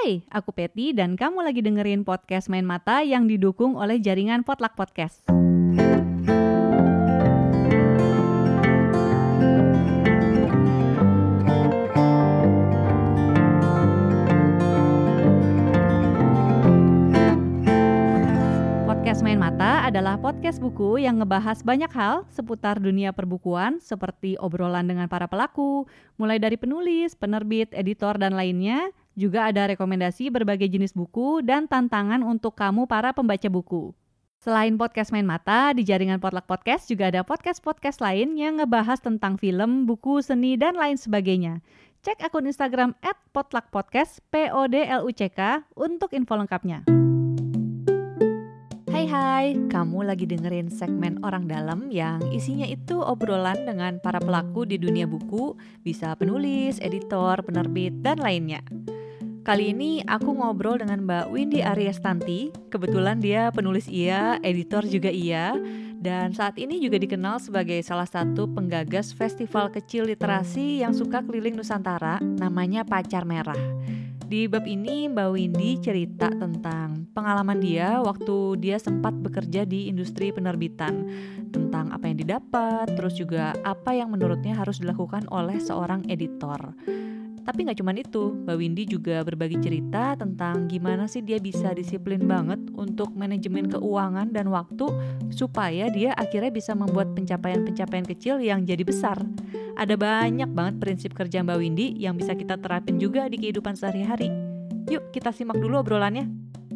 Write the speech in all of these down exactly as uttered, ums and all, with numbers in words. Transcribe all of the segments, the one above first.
Hai, aku Peti dan kamu lagi dengerin podcast Main Mata yang didukung oleh jaringan Potluck Podcast. Podcast Main Mata adalah podcast buku yang ngebahas banyak hal seputar dunia perbukuan seperti obrolan dengan para pelaku, mulai dari penulis, penerbit, editor, dan lainnya. Juga ada rekomendasi berbagai jenis buku dan tantangan untuk kamu para pembaca buku. Selain podcast Main Mata, di jaringan Potluck Podcast juga ada podcast-podcast lain yang ngebahas tentang film, buku, seni, dan lain sebagainya. Cek akun Instagram et potluckpodcast, P O D L U C K, untuk info lengkapnya. Hai hai, kamu lagi dengerin segmen Orang Dalam yang isinya itu obrolan dengan para pelaku di dunia buku, bisa penulis, editor, penerbit, dan lainnya. Kali ini aku ngobrol dengan Mbak Windy Aryastanti. Kebetulan dia penulis iya, editor juga iya, dan saat ini juga dikenal sebagai salah satu penggagas festival kecil literasi yang suka keliling Nusantara, namanya Pacar Merah. Di bab ini Mbak Windy cerita tentang pengalaman dia waktu dia sempat bekerja di industri penerbitan, tentang apa yang didapat, terus juga apa yang menurutnya harus dilakukan oleh seorang editor. Tapi gak cuma itu, Mbak Windy juga berbagi cerita tentang gimana sih dia bisa disiplin banget untuk manajemen keuangan dan waktu supaya dia akhirnya bisa membuat pencapaian-pencapaian kecil yang jadi besar. Ada banyak banget prinsip kerja Mbak Windy yang bisa kita terapin juga di kehidupan sehari-hari. Yuk kita simak dulu obrolannya.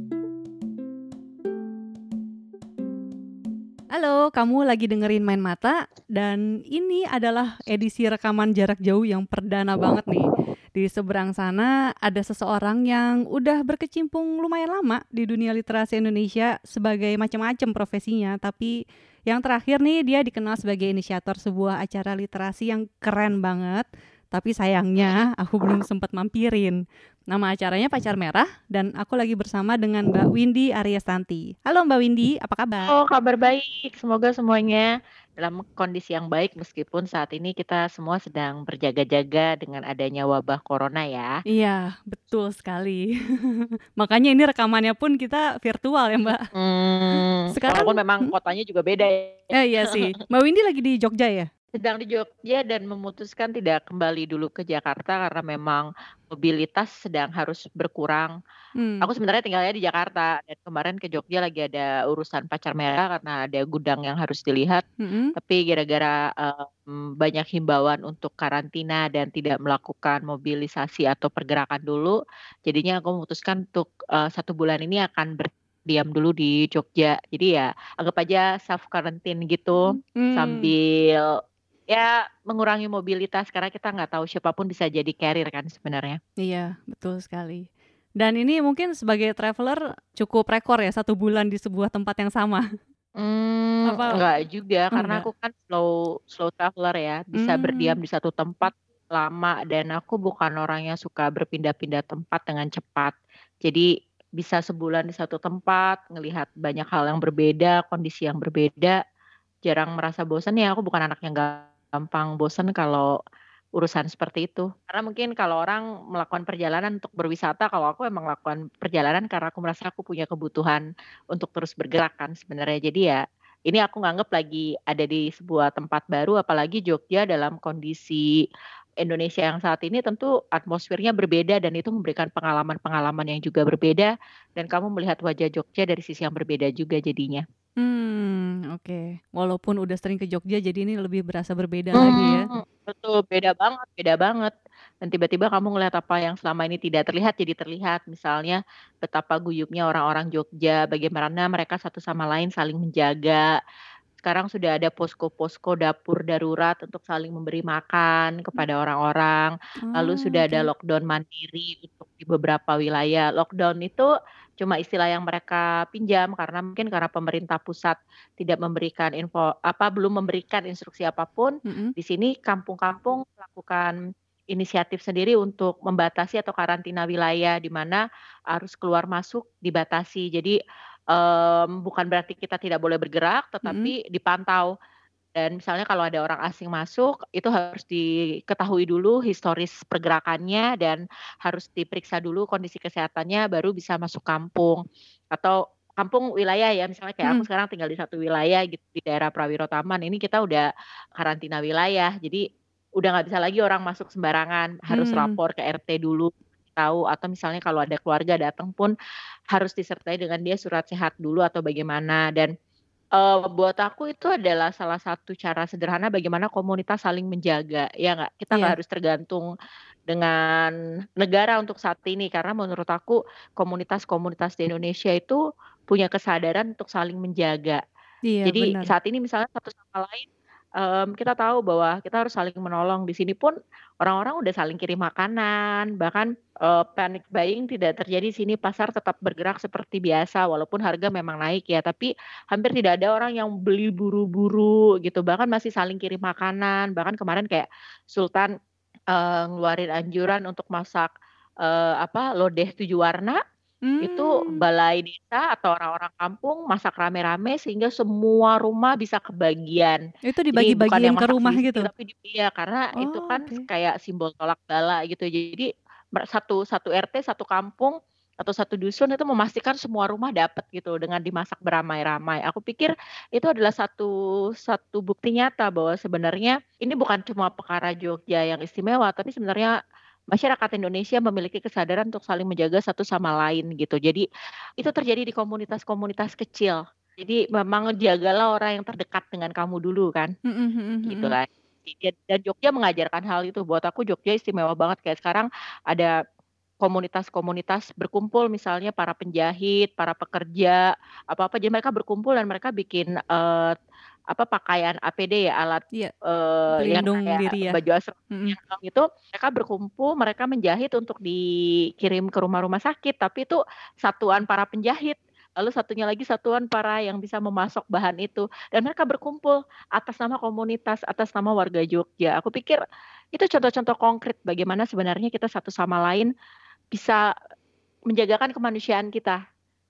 Halo, kamu lagi dengerin Main Mata dan ini adalah edisi rekaman jarak jauh yang perdana banget nih. Di seberang sana ada seseorang yang udah berkecimpung lumayan lama di dunia literasi Indonesia sebagai macam-macam profesinya, tapi yang terakhir nih dia dikenal sebagai inisiator sebuah acara literasi yang keren banget, tapi sayangnya aku belum sempat mampirin. Nama acaranya Pacar Merah dan aku lagi bersama dengan Mbak Windy Aryastanti. Halo Mbak Windy, apa kabar? Oh, kabar baik. Semoga semuanya dalam kondisi yang baik meskipun saat ini kita semua sedang berjaga-jaga dengan adanya wabah corona ya. Iya, betul sekali. Makanya ini rekamannya pun kita virtual ya Mbak. Hmm, Sekarang walaupun memang hmm? kotanya juga beda ya. Eh, iya sih. Mbak Windy lagi di Jogja ya? Sedang di Jogja dan memutuskan tidak kembali dulu ke Jakarta karena memang mobilitas sedang harus berkurang. Hmm. Aku sebenarnya tinggalnya di Jakarta dan kemarin ke Jogja lagi ada urusan Pacar Merah karena ada gudang yang harus dilihat. Mm-hmm. Tapi gara-gara um, banyak himbauan untuk karantina dan tidak melakukan mobilisasi atau pergerakan dulu, jadinya aku memutuskan untuk uh, satu bulan ini akan berdiam dulu di Jogja. Jadi ya anggap aja self quarantine gitu, Hmm. sambil ya mengurangi mobilitas karena kita nggak tahu siapapun bisa jadi carrier kan sebenarnya. Iya, betul sekali. Dan ini mungkin sebagai traveler cukup rekor ya, satu bulan di sebuah tempat yang sama. Hmm, Apa? enggak juga, Oh, karena enggak. aku kan slow slow traveler ya, bisa Hmm. berdiam di satu tempat lama dan aku bukan orang yang suka berpindah-pindah tempat dengan cepat. Jadi bisa sebulan di satu tempat, ngelihat banyak hal yang berbeda, kondisi yang berbeda, jarang merasa bosan ya. Aku bukan anak yang gampang bosan kalau urusan seperti itu. Karena mungkin kalau orang melakukan perjalanan untuk berwisata, kalau aku emang melakukan perjalanan karena aku merasa aku punya kebutuhan untuk terus bergerak kan sebenarnya. Jadi ya ini aku nganggep lagi ada di sebuah tempat baru, apalagi Jogja dalam kondisi Indonesia yang saat ini tentu atmosfernya berbeda dan itu memberikan pengalaman-pengalaman yang juga berbeda dan kamu melihat wajah Jogja dari sisi yang berbeda juga jadinya. Hmm, oke. Walaupun udah sering ke Jogja, jadi ini lebih berasa berbeda lagi ya. Hmm, betul, beda banget, beda banget. Dan tiba-tiba kamu ngelihat apa yang selama ini tidak terlihat jadi terlihat. Misalnya betapa guyupnya orang-orang Jogja, bagaimana mereka satu sama lain saling menjaga. Sekarang sudah ada posko-posko dapur darurat untuk saling memberi makan kepada orang-orang. Lalu Oh, sudah ada oke. lockdown mandiri untuk di beberapa wilayah. Lockdown itu cuma istilah yang mereka pinjam karena mungkin karena pemerintah pusat tidak memberikan info apa belum memberikan instruksi apapun. Mm-mm. Di sini kampung-kampung melakukan inisiatif sendiri untuk membatasi atau karantina wilayah di mana arus keluar masuk dibatasi. Jadi um, bukan berarti kita tidak boleh bergerak, Mm-mm. tetapi dipantau Dan misalnya kalau ada orang asing masuk, itu harus diketahui dulu historis pergerakannya dan harus diperiksa dulu kondisi kesehatannya baru bisa masuk kampung. Atau kampung wilayah ya, misalnya kayak aku Mhm. sekarang tinggal di satu wilayah gitu, di daerah Prawiro Taman, ini kita udah karantina wilayah. Jadi udah nggak bisa lagi orang masuk sembarangan, harus Mmm. lapor ke R T dulu, tahu atau misalnya kalau ada keluarga datang pun harus disertai dengan dia surat sehat dulu atau bagaimana. Dan Eee, buat aku itu adalah salah satu cara sederhana bagaimana komunitas saling menjaga, ya nggak? Kita nggak Iya. harus tergantung dengan negara untuk saat ini, karena menurut aku komunitas-komunitas di Indonesia itu punya kesadaran untuk saling menjaga. Iya, Jadi bener. saat ini misalnya satu sama lain, mmm, kita tahu bahwa kita harus saling menolong. Di sini pun orang-orang udah saling kirim makanan, bahkan, eee, panic buying tidak terjadi di sini, pasar tetap bergerak seperti biasa walaupun harga memang naik ya, tapi hampir tidak ada orang yang beli buru-buru gitu, bahkan masih saling kirim makanan. Bahkan kemarin kayak Sultan, eee, ngeluarin anjuran untuk masak, eee, apa, lodeh tujuh warna, itu Mmm. balai desa atau orang-orang kampung masak rame-rame sehingga semua rumah bisa kebagian. Itu Jadi bukan yang dibagi-bagiin ke masak rumah sendiri-sendiri gitu? tapi di iya, karena itu Oh, kan oke. kayak simbol tolak bala gitu. Jadi mer satu satu R T, satu kampung, atau satu dusun itu memastikan semua rumah dapat gitu dengan dimasak beramai-ramai. Aku pikir itu adalah satu satu bukti nyata bahwa sebenarnya ini bukan cuma perkara Jogja yang istimewa, tapi sebenarnya masyarakat Indonesia memiliki kesadaran untuk saling menjaga satu sama lain gitu. Jadi itu terjadi di komunitas-komunitas kecil. Jadi memang jagalah orang yang terdekat dengan kamu dulu kan, Mhm mhm gitu mhm. lah. Dan dan Jogja mengajarkan hal itu. Buat aku Jogja istimewa banget, kayak sekarang ada komunitas-komunitas berkumpul misalnya para penjahit, para pekerja, apa-apa, jadi mereka berkumpul dan mereka bikin, eee, apa, pakaian A P D ya, alat, Iya, eee, yang pelindung kayak diri ya? baju Mhm. astronot itu, mereka berkumpul, mereka menjahit untuk dikirim ke rumah-rumah sakit, tapi itu satuan para penjahit, lalu satunya lagi satuan para yang bisa memasok bahan itu, dan mereka berkumpul atas nama komunitas, atas nama warga Jogja. Aku pikir itu contoh-contoh konkret bagaimana sebenarnya kita satu sama lain bisa menjagakan kemanusiaan kita.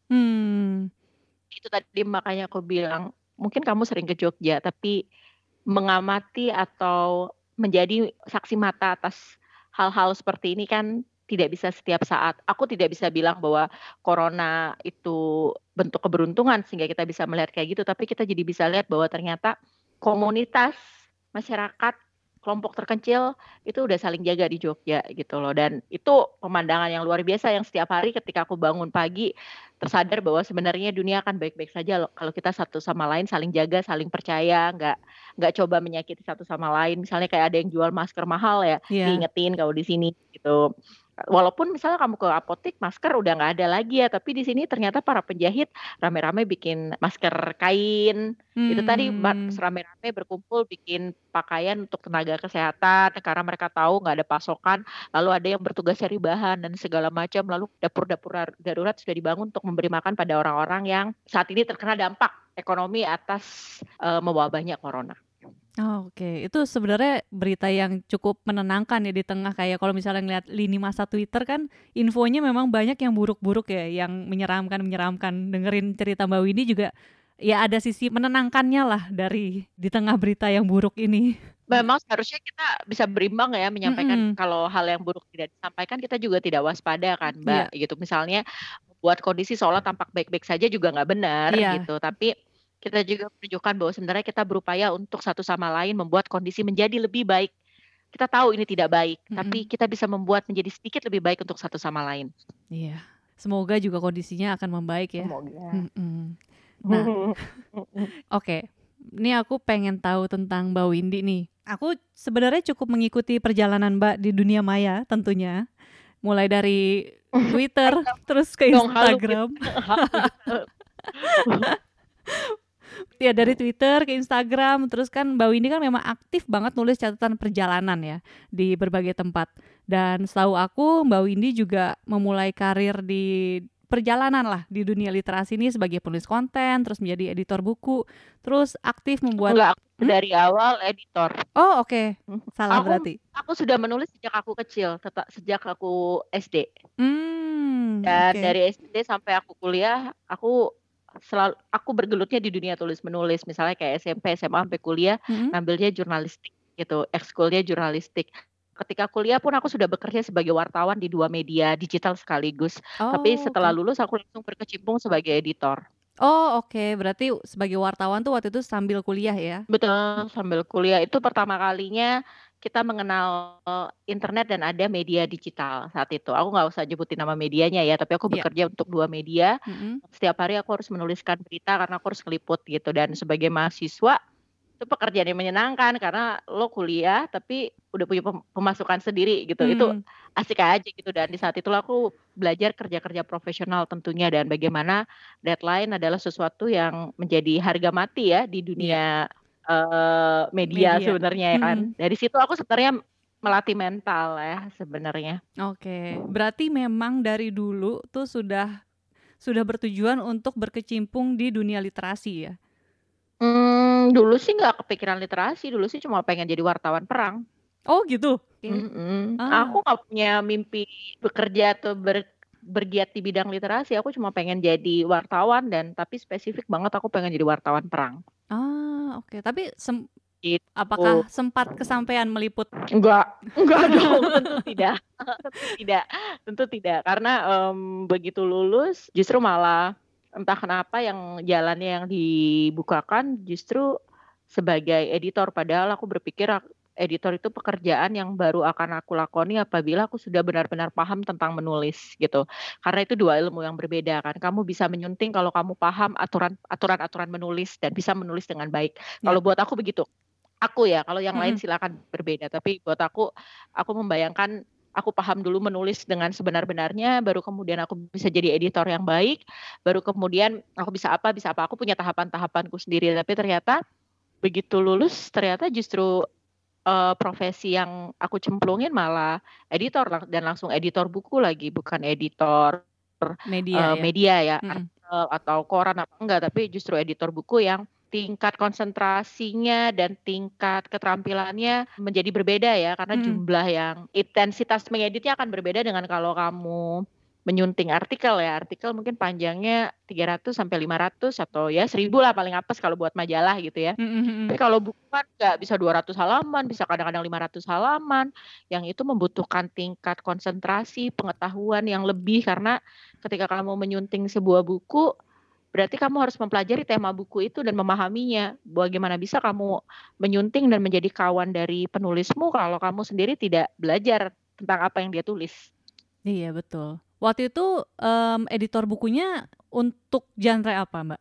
Mmm. Itu tadi makanya aku bilang, mungkin kamu sering ke Jogja, tapi mengamati atau menjadi saksi mata atas hal-hal seperti ini kan tidak bisa setiap saat. Aku tidak bisa bilang bahwa corona itu bentuk keberuntungan sehingga kita bisa melihat kayak gitu, tapi kita jadi bisa lihat bahwa ternyata komunitas, masyarakat, kelompok terkecil itu udah saling jaga di Jogja gitu loh, dan itu pemandangan yang luar biasa yang setiap hari ketika aku bangun pagi tersadar bahwa sebenarnya dunia akan baik-baik saja loh kalau kita satu sama lain saling jaga, saling percaya, nggak nggak coba menyakiti satu sama lain. Misalnya kayak ada yang jual masker mahal ya, Iya. diingetin kalau di sini gitu. Walaupun misalnya kamu ke apotek masker udah nggak ada lagi ya, tapi di sini ternyata para penjahit rame-rame bikin masker kain, itu tadi mat Mmm. rame-rame berkumpul bikin pakaian untuk tenaga kesehatan karena mereka tahu nggak ada pasokan, lalu ada yang bertugas cari bahan dan segala macam, lalu dapur-dapur dar darurat sudah dibangun untuk memberi makan pada orang-orang yang saat ini terkena dampak ekonomi atas, eee, mewabahnya corona. Oh, oke. Itu sebenarnya berita yang cukup menenangkan ya di tengah kayak kalau misalnya ngelihat lini masa Twitter kan infonya memang banyak yang buruk-buruk ya, yang menyeramkan-menyeramkan. Dengerin cerita Mbak Windy juga ya ada sisi menenangkannya lah dari di tengah berita yang buruk ini. Memang seharusnya kita bisa berimbang ya menyampaikan Mhm. kalau hal yang buruk tidak disampaikan kita juga tidak waspada kan, Iya. Mbak, gitu. Misalnya buat kondisi seolah tampak baik-baik saja juga nggak benar Iya. gitu, tapi kita juga menunjukkan bahwa sebenarnya kita berupaya untuk satu sama lain membuat kondisi menjadi lebih baik. Kita tahu ini tidak baik, tapi Mhm. kita bisa membuat menjadi sedikit lebih baik untuk satu sama lain. Iya. Semoga juga kondisinya akan membaik ya. Semoga. Mhm. Nah, oke. Ini aku pengen tahu tentang Mbak Windy nih. Aku sebenarnya cukup mengikuti perjalanan Mbak di dunia maya tentunya. Mulai dari Twitter, terus ke Dong halu gitu, Instagram. halu gitu. Ya dari Twitter ke Instagram, terus kan Mbak Windy kan memang aktif banget nulis catatan perjalanan ya di berbagai tempat. Dan setahu aku Mbak Windy juga memulai karir di perjalanan lah di dunia literasi ini sebagai penulis konten, terus menjadi editor buku, terus aktif membuat Enggak, aku hmm? dari awal editor. Oh, oke. Mhm. Salah Aku berarti. aku sudah menulis sejak aku kecil, teta sejak aku S D. Mmm, Dan oke. dari S D sampai aku kuliah, aku selalu aku bergelutnya di dunia tulis-menulis, misalnya kayak S M P, S M A, sampai kuliah Mhm. ngambilnya jurnalistik gitu, ekskulnya jurnalistik. Ketika kuliah pun aku sudah bekerja sebagai wartawan di dua media digital sekaligus, tapi Oh, setelah oke. lulus aku langsung berkecimpung sebagai editor. Oh, oke, berarti sebagai wartawan tuh waktu itu sambil kuliah ya? Betul, sambil kuliah itu pertama kalinya kita mengenal internet dan ada media digital saat itu. Aku nggak usah nyebutin nama medianya ya, tapi aku Iya. bekerja untuk dua media. Mhm. Setiap hari aku harus menuliskan berita karena aku harus ngeliput gitu, dan sebagai mahasiswa itu pekerjaan yang menyenangkan karena lo kuliah tapi udah punya pem pemasukan sendiri gitu. Itu Mmm. asik aja gitu, dan di saat itulah aku belajar kerja-kerja profesional tentunya, dan bagaimana deadline adalah sesuatu yang menjadi harga mati ya di Iya. dunia, eee, media Media. sebenarnya ya kan. Mhm. Dari situ aku sebenarnya melatih mental ya sebenarnya. Oke, berarti memang dari dulu tuh sudah sudah bertujuan untuk berkecimpung di dunia literasi ya? Mmm, dulu sih nggak kepikiran literasi, dulu sih cuma pengen jadi wartawan perang. Oh gitu? Oke. Mhm, Ah. aku nggak punya mimpi bekerja atau ber bergiat di bidang literasi, aku cuma pengen jadi wartawan dan tapi spesifik banget aku pengen jadi wartawan perang. Ah, oke, tapi sem Gitu. apakah sempat kesampaian meliput? Enggak, enggak dong, tentu tidak tentu tidak tentu tidak, karena, mmm, begitu lulus justru malah entah kenapa yang jalannya yang dibukakan justru sebagai editor, padahal aku berpikir ak editor itu pekerjaan yang baru akan aku lakoni apabila aku sudah benar-benar paham tentang menulis gitu. Karena itu dua ilmu yang berbeda kan, kamu bisa menyunting kalau kamu paham aturan aturan-aturan menulis dan bisa menulis dengan baik. Ya. Kalau buat aku begitu. Aku ya, kalau yang lain Mhm. silakan berbeda, tapi buat aku, aku membayangkan aku paham dulu menulis dengan sebenar-benarnya, baru kemudian aku bisa jadi editor yang baik, baru kemudian aku bisa apa bisa apa, aku punya tahapan-tahapanku sendiri. Tapi ternyata begitu lulus, ternyata justru, eee, profesi yang aku cemplungin malah editor lang dan langsung editor buku lagi, bukan editor, Media eee, ya? media ya, Mhm. artikel atau koran apa enggak, tapi justru editor buku yang tingkat konsentrasinya dan tingkat keterampilannya menjadi berbeda ya, karena Mhm. jumlah yang intensitas mengeditnya akan berbeda dengan kalau kamu menyunting artikel ya, artikel mungkin panjangnya tiga ratus sampai lima ratus atau ya seribu lah paling apes kalau buat majalah gitu ya. Mhm mhm. Tapi kalau buku kan nggak, bisa dua ratus halaman, bisa kadang-kadang lima ratus halaman, yang itu membutuhkan tingkat konsentrasi, pengetahuan yang lebih, karena ketika kamu menyunting sebuah buku, berarti kamu harus mempelajari tema buku itu dan memahaminya. Bagaimana bisa kamu menyunting dan menjadi kawan dari penulismu kalau kamu sendiri tidak belajar tentang apa yang dia tulis. Iya betul. Waktu itu, mmm, editor bukunya untuk genre apa, Mbak?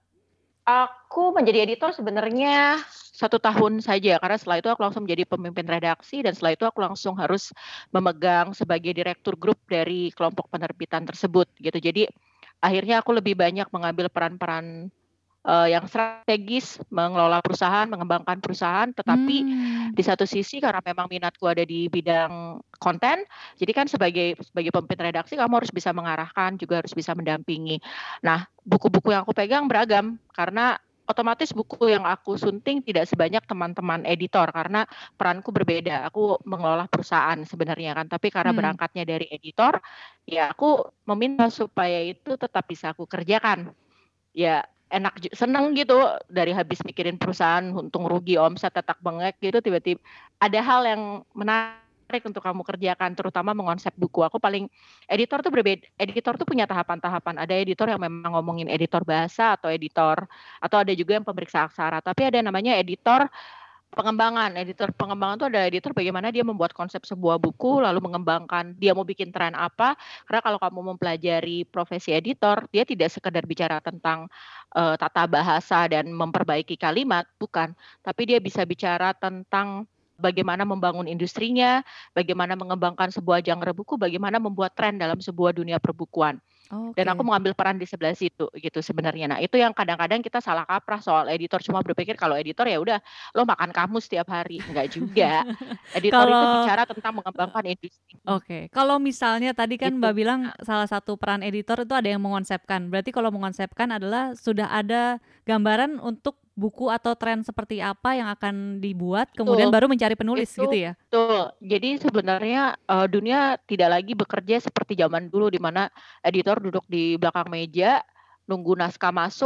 Aku menjadi editor sebenarnya satu tahun saja, karena setelah itu aku langsung menjadi pemimpin redaksi dan setelah itu aku langsung harus memegang sebagai direktur grup dari kelompok penerbitan tersebut gitu. Jadi akhirnya aku lebih banyak mengambil peran-peran, eee, yang strategis, mengelola perusahaan, mengembangkan perusahaan, tetapi Mmm. di satu sisi karena memang minatku ada di bidang konten, jadi kan sebagai sebagai pemimpin redaksi kamu harus bisa mengarahkan, juga harus bisa mendampingi. Nah, buku-buku yang aku pegang beragam, karena otomatis buku yang aku sunting tidak sebanyak teman-teman editor, karena peranku berbeda. Aku mengelola perusahaan sebenarnya kan, tapi karena Mmm. berangkatnya dari editor, ya aku meminta supaya itu tetap bisa aku kerjakan. Ya enak ju seneng gitu, dari habis mikirin perusahaan, untung rugi, omset, tetak bengek gitu, tiba-tib ada hal yang menarik untuk kamu kerjakan, terutama mengonsep buku. Aku paling editor tuh berbed editor tuh punya tahapan-tahapan, ada editor yang memang ngomongin editor bahasa atau editor atau ada juga yang pemeriksa aksara, tapi ada yang namanya editor pengembangan. Editor pengembangan tuh ada editor bagaimana dia membuat konsep sebuah buku, lalu mengembangkan dia mau bikin tren apa, karena kalau kamu mempelajari profesi editor, dia tidak sekedar bicara tentang, eee, tata bahasa dan memperbaiki kalimat, bukan. Tapi dia bisa bicara tentang bagaimana membangun industrinya, bagaimana mengembangkan sebuah genre buku, bagaimana membuat tren dalam sebuah dunia perbukuan. Dan aku Oke. mengambil peran di sebelah situ gitu sebenarnya. Nah, itu yang kadang-kadang kita salah kaprah soal editor, cuma berpikir kalau editor ya udah lo makan kamus setiap hari, enggak juga. Editor itu Kalau bicara tentang mengembangkan industri. Oke, kalau misalnya tadi kan Gitu, Mbak bilang Kak. salah satu peran editor itu ada yang mengonsepkan. Berarti kalau mengonsepkan adalah sudah ada gambaran untuk buku atau tren seperti apa yang akan dibuat, kemudian Betul, baru mencari penulis itu gitu ya? betul. Jadi sebenarnya, eee, dunia tidak lagi bekerja seperti zaman dulu di mana editor duduk di belakang meja, nunggu naskah masuk,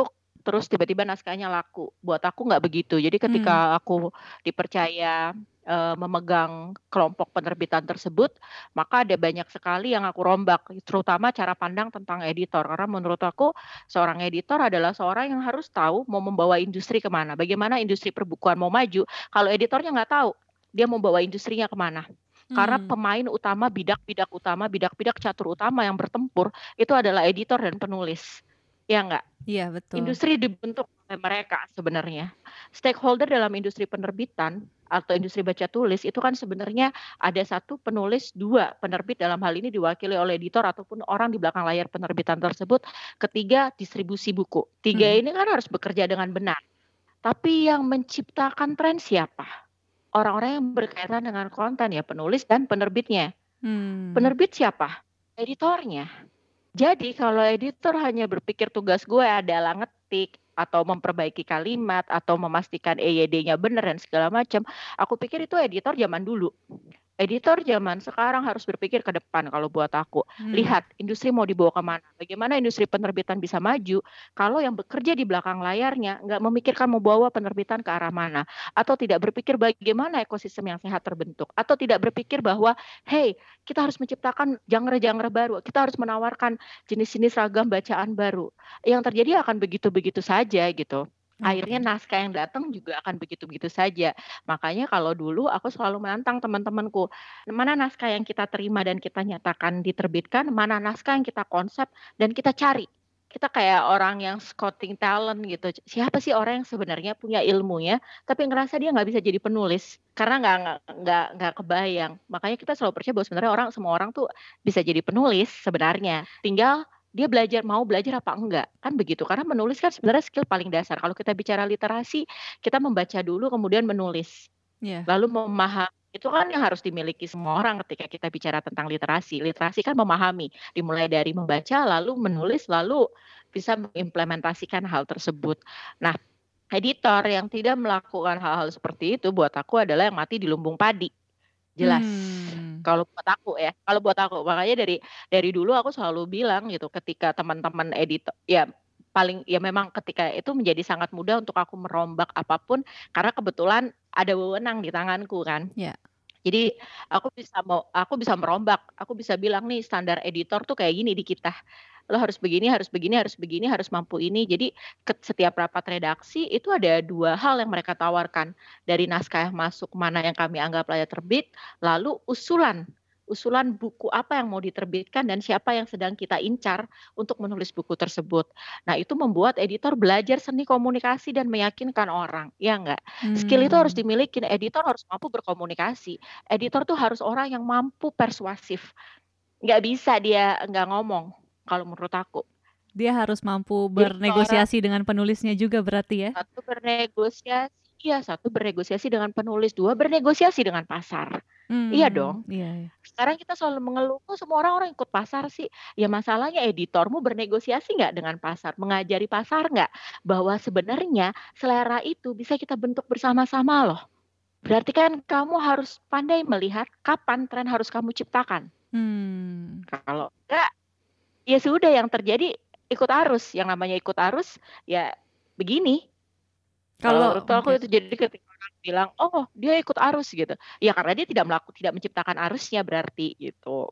terus tiba-tiba naskahnya laku. Buat aku nggak begitu. Jadi Hmm. ketika aku dipercaya eh, memegang kelompok penerbitan tersebut, maka ada banyak sekali yang aku rombak, terutama cara pandang tentang editor. Karena menurut aku seorang editor adalah seorang yang harus tahu mau membawa industri kemana. Bagaimana industri perbukuan mau maju, kalau editornya nggak tahu, dia mau bawa industrinya kemana. Karena Hmm. pemain utama, bidak-bidak utama, bidak-bidak catur utama yang bertempur, itu adalah editor dan penulis. Ya nggak? Iya, betul. Industri dibentuk oleh mereka sebenarnya. Stakeholder dalam industri penerbitan atau industri baca tulis itu kan sebenarnya ada satu penulis, dua penerbit, dalam hal ini diwakili oleh editor ataupun orang di belakang layar penerbitan tersebut. Ketiga, distribusi buku. Tiga Hmm. ini kan harus bekerja dengan benar. Tapi yang menciptakan tren siapa? Orang-orang yang berkaitan dengan konten ya, penulis dan penerbitnya. Hmm. Penerbit siapa? Editornya. Jadi kalau editor hanya berpikir tugas gue adalah ngetik atau memperbaiki kalimat atau memastikan E Y D-nya benar dan segala macam, aku pikir itu editor zaman dulu. Editor zaman sekarang harus berpikir ke depan kalau buat aku. Hmm. Lihat industri mau dibawa kemana. Bagaimana industri penerbitan bisa maju kalau yang bekerja di belakang layarnya nggak memikirkan mau bawa penerbitan ke arah mana. Atau tidak berpikir bagaimana ekosistem yang sehat terbentuk. Atau tidak berpikir bahwa, hey, kita harus menciptakan genre-genre baru. Kita harus menawarkan jenis-jenis ragam bacaan baru. Yang terjadi akan begitu-begitu saja gitu. Akhirnya Oke. naskah yang datang juga akan begitu-begitu saja. Makanya kalau dulu aku selalu menantang teman-temanku, mana naskah yang kita terima dan kita nyatakan diterbitkan, mana naskah yang kita konsep dan kita cari. Kita kayak orang yang scouting talent gitu. Siapa sih orang yang sebenarnya punya ilmunya, tapi ngerasa dia nggak bisa jadi penulis karena nggak nggak nggak nggak kebayang. Makanya kita selalu percaya bahwa sebenarnya orang semua orang tuh bisa jadi penulis sebenarnya. Tinggal dia belajar, mau belajar apa enggak, kan begitu. Karena menulis kan sebenarnya skill paling dasar. Kalau kita bicara literasi, kita membaca dulu kemudian menulis. Iya. Lalu memahami, itu kan yang harus dimiliki semua orang ketika kita bicara tentang literasi. Literasi kan memahami, dimulai dari membaca, lalu menulis, lalu bisa mengimplementasikan hal tersebut. Nah, editor yang tidak melakukan hal-hal seperti itu buat aku adalah yang mati di lumbung padi. Jelas. Hmm. Kalau buat aku ya, kalau buat aku makanya dari dari dulu aku selalu bilang gitu ketika teman-teman editor ya paling ya memang ketika itu menjadi sangat mudah untuk aku merombak apapun karena kebetulan ada wewenang di tanganku kan. Ya. Jadi aku bisa mau aku bisa merombak, aku bisa bilang nih standar editor tuh kayak gini di kita. Lo harus begini, harus begini, harus begini, harus mampu ini. Jadi ke, setiap rapat redaksi itu ada dua hal yang mereka tawarkan. Dari naskah yang masuk, mana yang kami anggap layak terbit, lalu usulan. Usulan buku apa yang mau diterbitkan dan siapa yang sedang kita incar untuk menulis buku tersebut. Nah itu membuat editor belajar seni komunikasi dan meyakinkan orang. Ya enggak? Skill itu harus Hmm. dimiliki, editor harus mampu berkomunikasi. Editor tuh harus orang yang mampu persuasif. Nggak bisa dia nggak ngomong. Kalau menurut aku. Dia harus mampu Jadi seorang bernegosiasi dengan penulisnya juga berarti ya? satu bernegosiasi, iya satu bernegosiasi dengan penulis, dua bernegosiasi dengan pasar. Iya Hmm. dong. Iya, iya. Sekarang kita selalu mengeluh, kok semua orang-orang ikut pasar sih? Ya masalahnya editormu bernegosiasi nggak dengan pasar? Mengajari pasar nggak? Bahwa sebenarnya selera itu bisa kita bentuk bersama-sama loh. Berarti kan kamu harus pandai melihat kapan tren harus kamu ciptakan. Hmm. Kalau enggak, ya sudah yang terjadi ikut arus. Yang namanya ikut arus ya begini. Kalau Kalau menurut aku oke. itu jadi ketika orang bilang, oh dia ikut arus gitu. Ya karena dia tidak melakukan, tidak menciptakan arusnya berarti gitu.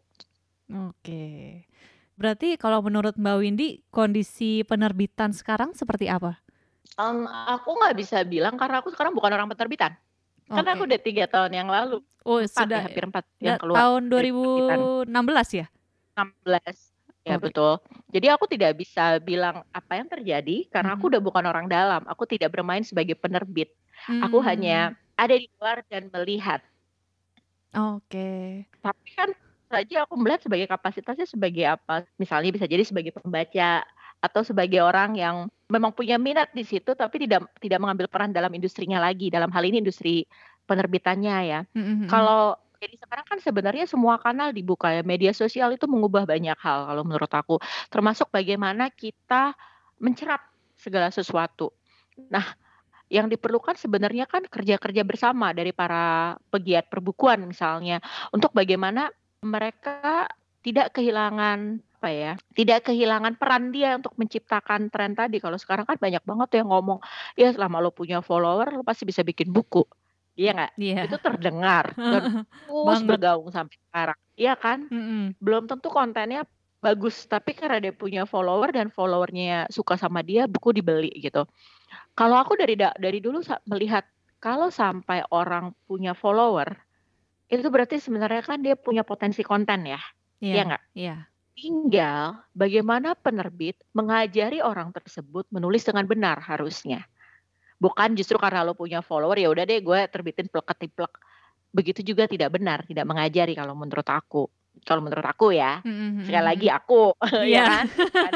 Oke. Berarti kalau menurut Mbak Windy, kondisi penerbitan sekarang seperti apa? Um, aku nggak bisa bilang karena aku sekarang bukan orang penerbitan. Karena aku Oke. udah tiga tahun yang lalu, Oh, empat ya sudah hampir empat yang da- keluar tahun dari penerbitan. dua ribu enam belas ya? enam belas. Ya Oke. betul. Jadi aku tidak bisa bilang apa yang terjadi karena aku Mhm. udah bukan orang dalam. Aku tidak bermain sebagai penerbit. Aku hanya Hmm. ada di luar dan melihat. Oke. Tapi kan saja aku melihat sebagai kapasitasnya sebagai apa? Misalnya bisa jadi sebagai pembaca atau sebagai orang yang memang punya minat di situ tapi tidak tidak mengambil peran dalam industrinya lagi. Dalam hal ini industri penerbitannya ya. Mhm, mhm. Kalau jadi sekarang kan sebenarnya semua kanal dibuka ya. Media sosial itu mengubah banyak hal kalau menurut aku. Termasuk bagaimana kita mencerap segala sesuatu. Nah, yang diperlukan sebenarnya kan kerja-kerja bersama dari para pegiat perbukuan misalnya. Untuk bagaimana mereka tidak kehilangan apa ya, tidak kehilangan peran dia untuk menciptakan tren tadi. Kalau sekarang kan banyak banget tuh yang ngomong, "Ya selama lo punya follower lo pasti bisa bikin buku." Iya nggak? Itu Iya. terdengar dan terus Banget. bergaung sampai sekarang, iya kan? Mhm. Belum tentu kontennya bagus, tapi karena dia punya follower dan follower-nya suka sama dia, buku dibeli gitu. Kalau aku dari da dari dulu sa melihat kalau sampai orang punya follower, itu berarti sebenarnya kan dia punya potensi konten ya, Iya iya nggak? iya. Tinggal bagaimana penerbit mengajari orang tersebut menulis dengan benar harusnya. Bukan justru karena lo punya follower, ya udah deh gue terbitin plek-ketiplek. Begitu juga tidak benar, tidak mengajari kalau menurut aku. Kalau menurut aku ya, Mhm mhm sekali lagi mhm. aku, ya Iya. kan? Bukan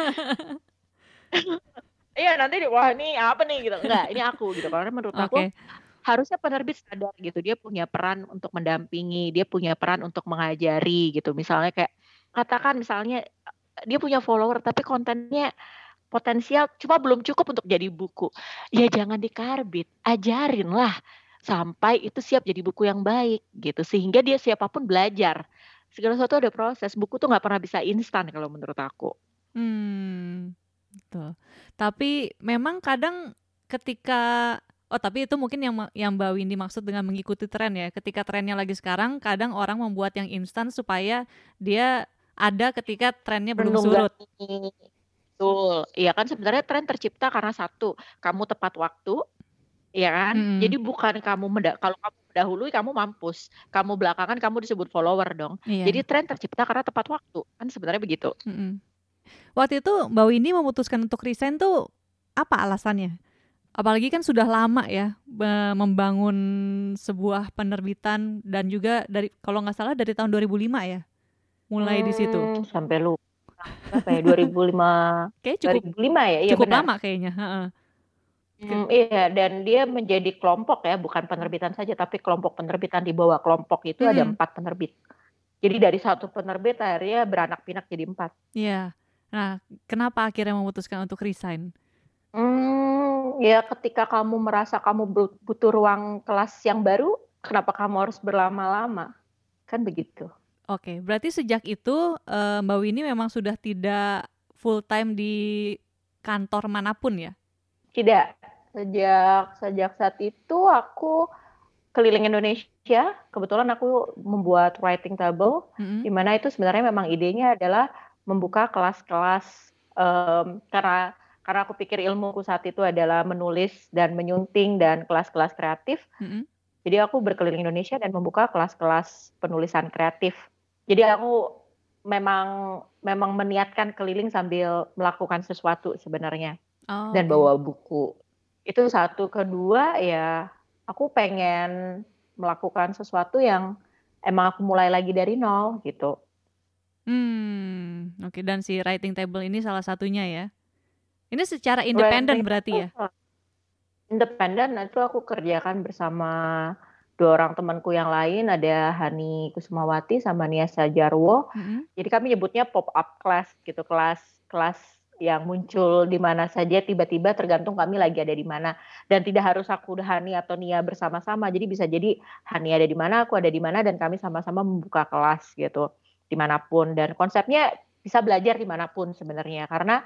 iya nanti di wah ini apa nih gitu, enggak, ini aku gitu. Karena menurut aku Oke. harusnya penerbit sadar gitu, dia punya peran untuk mendampingi, dia punya peran untuk mengajari gitu. Misalnya kayak katakan misalnya, eee, dia punya follower tapi kontennya potensial cuma belum cukup untuk jadi buku, ya jangan dikarbit, ajarinlah sampai itu siap jadi buku yang baik gitu, sehingga dia siapapun belajar. Segala sesuatu ada proses, buku tuh nggak pernah bisa instan kalau menurut aku. Mmm, betul. Tapi memang kadang ketika oh tapi itu mungkin yang ma yang Mbak Windy maksud dengan mengikuti tren ya, ketika trennya lagi sekarang kadang orang membuat yang instan supaya dia ada ketika trennya belum surut. Menunggangi, betul. Iya kan sebenarnya tren tercipta karena satu, kamu tepat waktu, iya kan? Jadi Mhm. bukan kamu menda kalau kamu mendahului kamu mampus, kamu belakangan kamu disebut follower dong. Jadi Iya. tren tercipta karena tepat waktu, kan sebenarnya begitu. Mhm. Waktu itu Mbak Windy memutuskan untuk resign tuh apa alasannya? Apalagi kan sudah lama ya, eee, membangun sebuah penerbitan dan juga dari kalau nggak salah dari tahun dua ribu lima ya? Mulai di situ? Mmm, sampai lupa berapa ya, dua ribu lima Kayaknya dua cukup ribu lima ya? Iya cukup benar. lama kayaknya, heeh. Ke Mmm, iya dan dia menjadi kelompok ya, bukan penerbitan saja, tapi kelompok penerbitan di bawah kelompok itu ada Mhm. empat penerbit. Jadi dari satu penerbit akhirnya beranak pinak jadi empat. Iya. Nah, kenapa akhirnya memutuskan untuk resign? Mmm, ya ketika kamu merasa kamu but butuh ruang kelas yang baru, kenapa kamu harus berlama-lama? Kan begitu. Oke, berarti sejak itu, eee, Mbak Windy memang sudah tidak full time di kantor manapun ya? Tidak, sejak sejak saat itu aku keliling Indonesia, kebetulan aku membuat writing table, Mhm. di mana itu sebenarnya memang idenya adalah membuka kelas-kelas, mmm, karena karena aku pikir ilmuku saat itu adalah menulis dan menyunting dan kelas-kelas kreatif, Mhm. jadi aku berkeliling Indonesia dan membuka kelas-kelas penulisan kreatif. Jadi aku memang memang meniatkan keliling sambil melakukan sesuatu sebenarnya Oh, dan oke. bawa buku. Itu satu, kedua ya aku pengen melakukan sesuatu yang emang aku mulai lagi dari nol gitu. Mmm, oke dan si writing table ini salah satunya ya? Ini secara independen Writing berarti ya? table independen itu aku kerjakan bersama dua orang temanku yang lain, ada Hani Kusumawati sama Nia Sajarwo. Mhm. Jadi kami nyebutnya pop up class gitu, kelas kelas yang muncul di mana saja tiba-tiba tergantung kami lagi ada di mana. Dan tidak harus aku, Hani atau Nia bersama-sama, jadi bisa jadi Hani ada di mana, aku ada di mana, dan kami sama-sama membuka kelas gitu, di manapun. Dan konsepnya bisa belajar di manapun sebenarnya, karena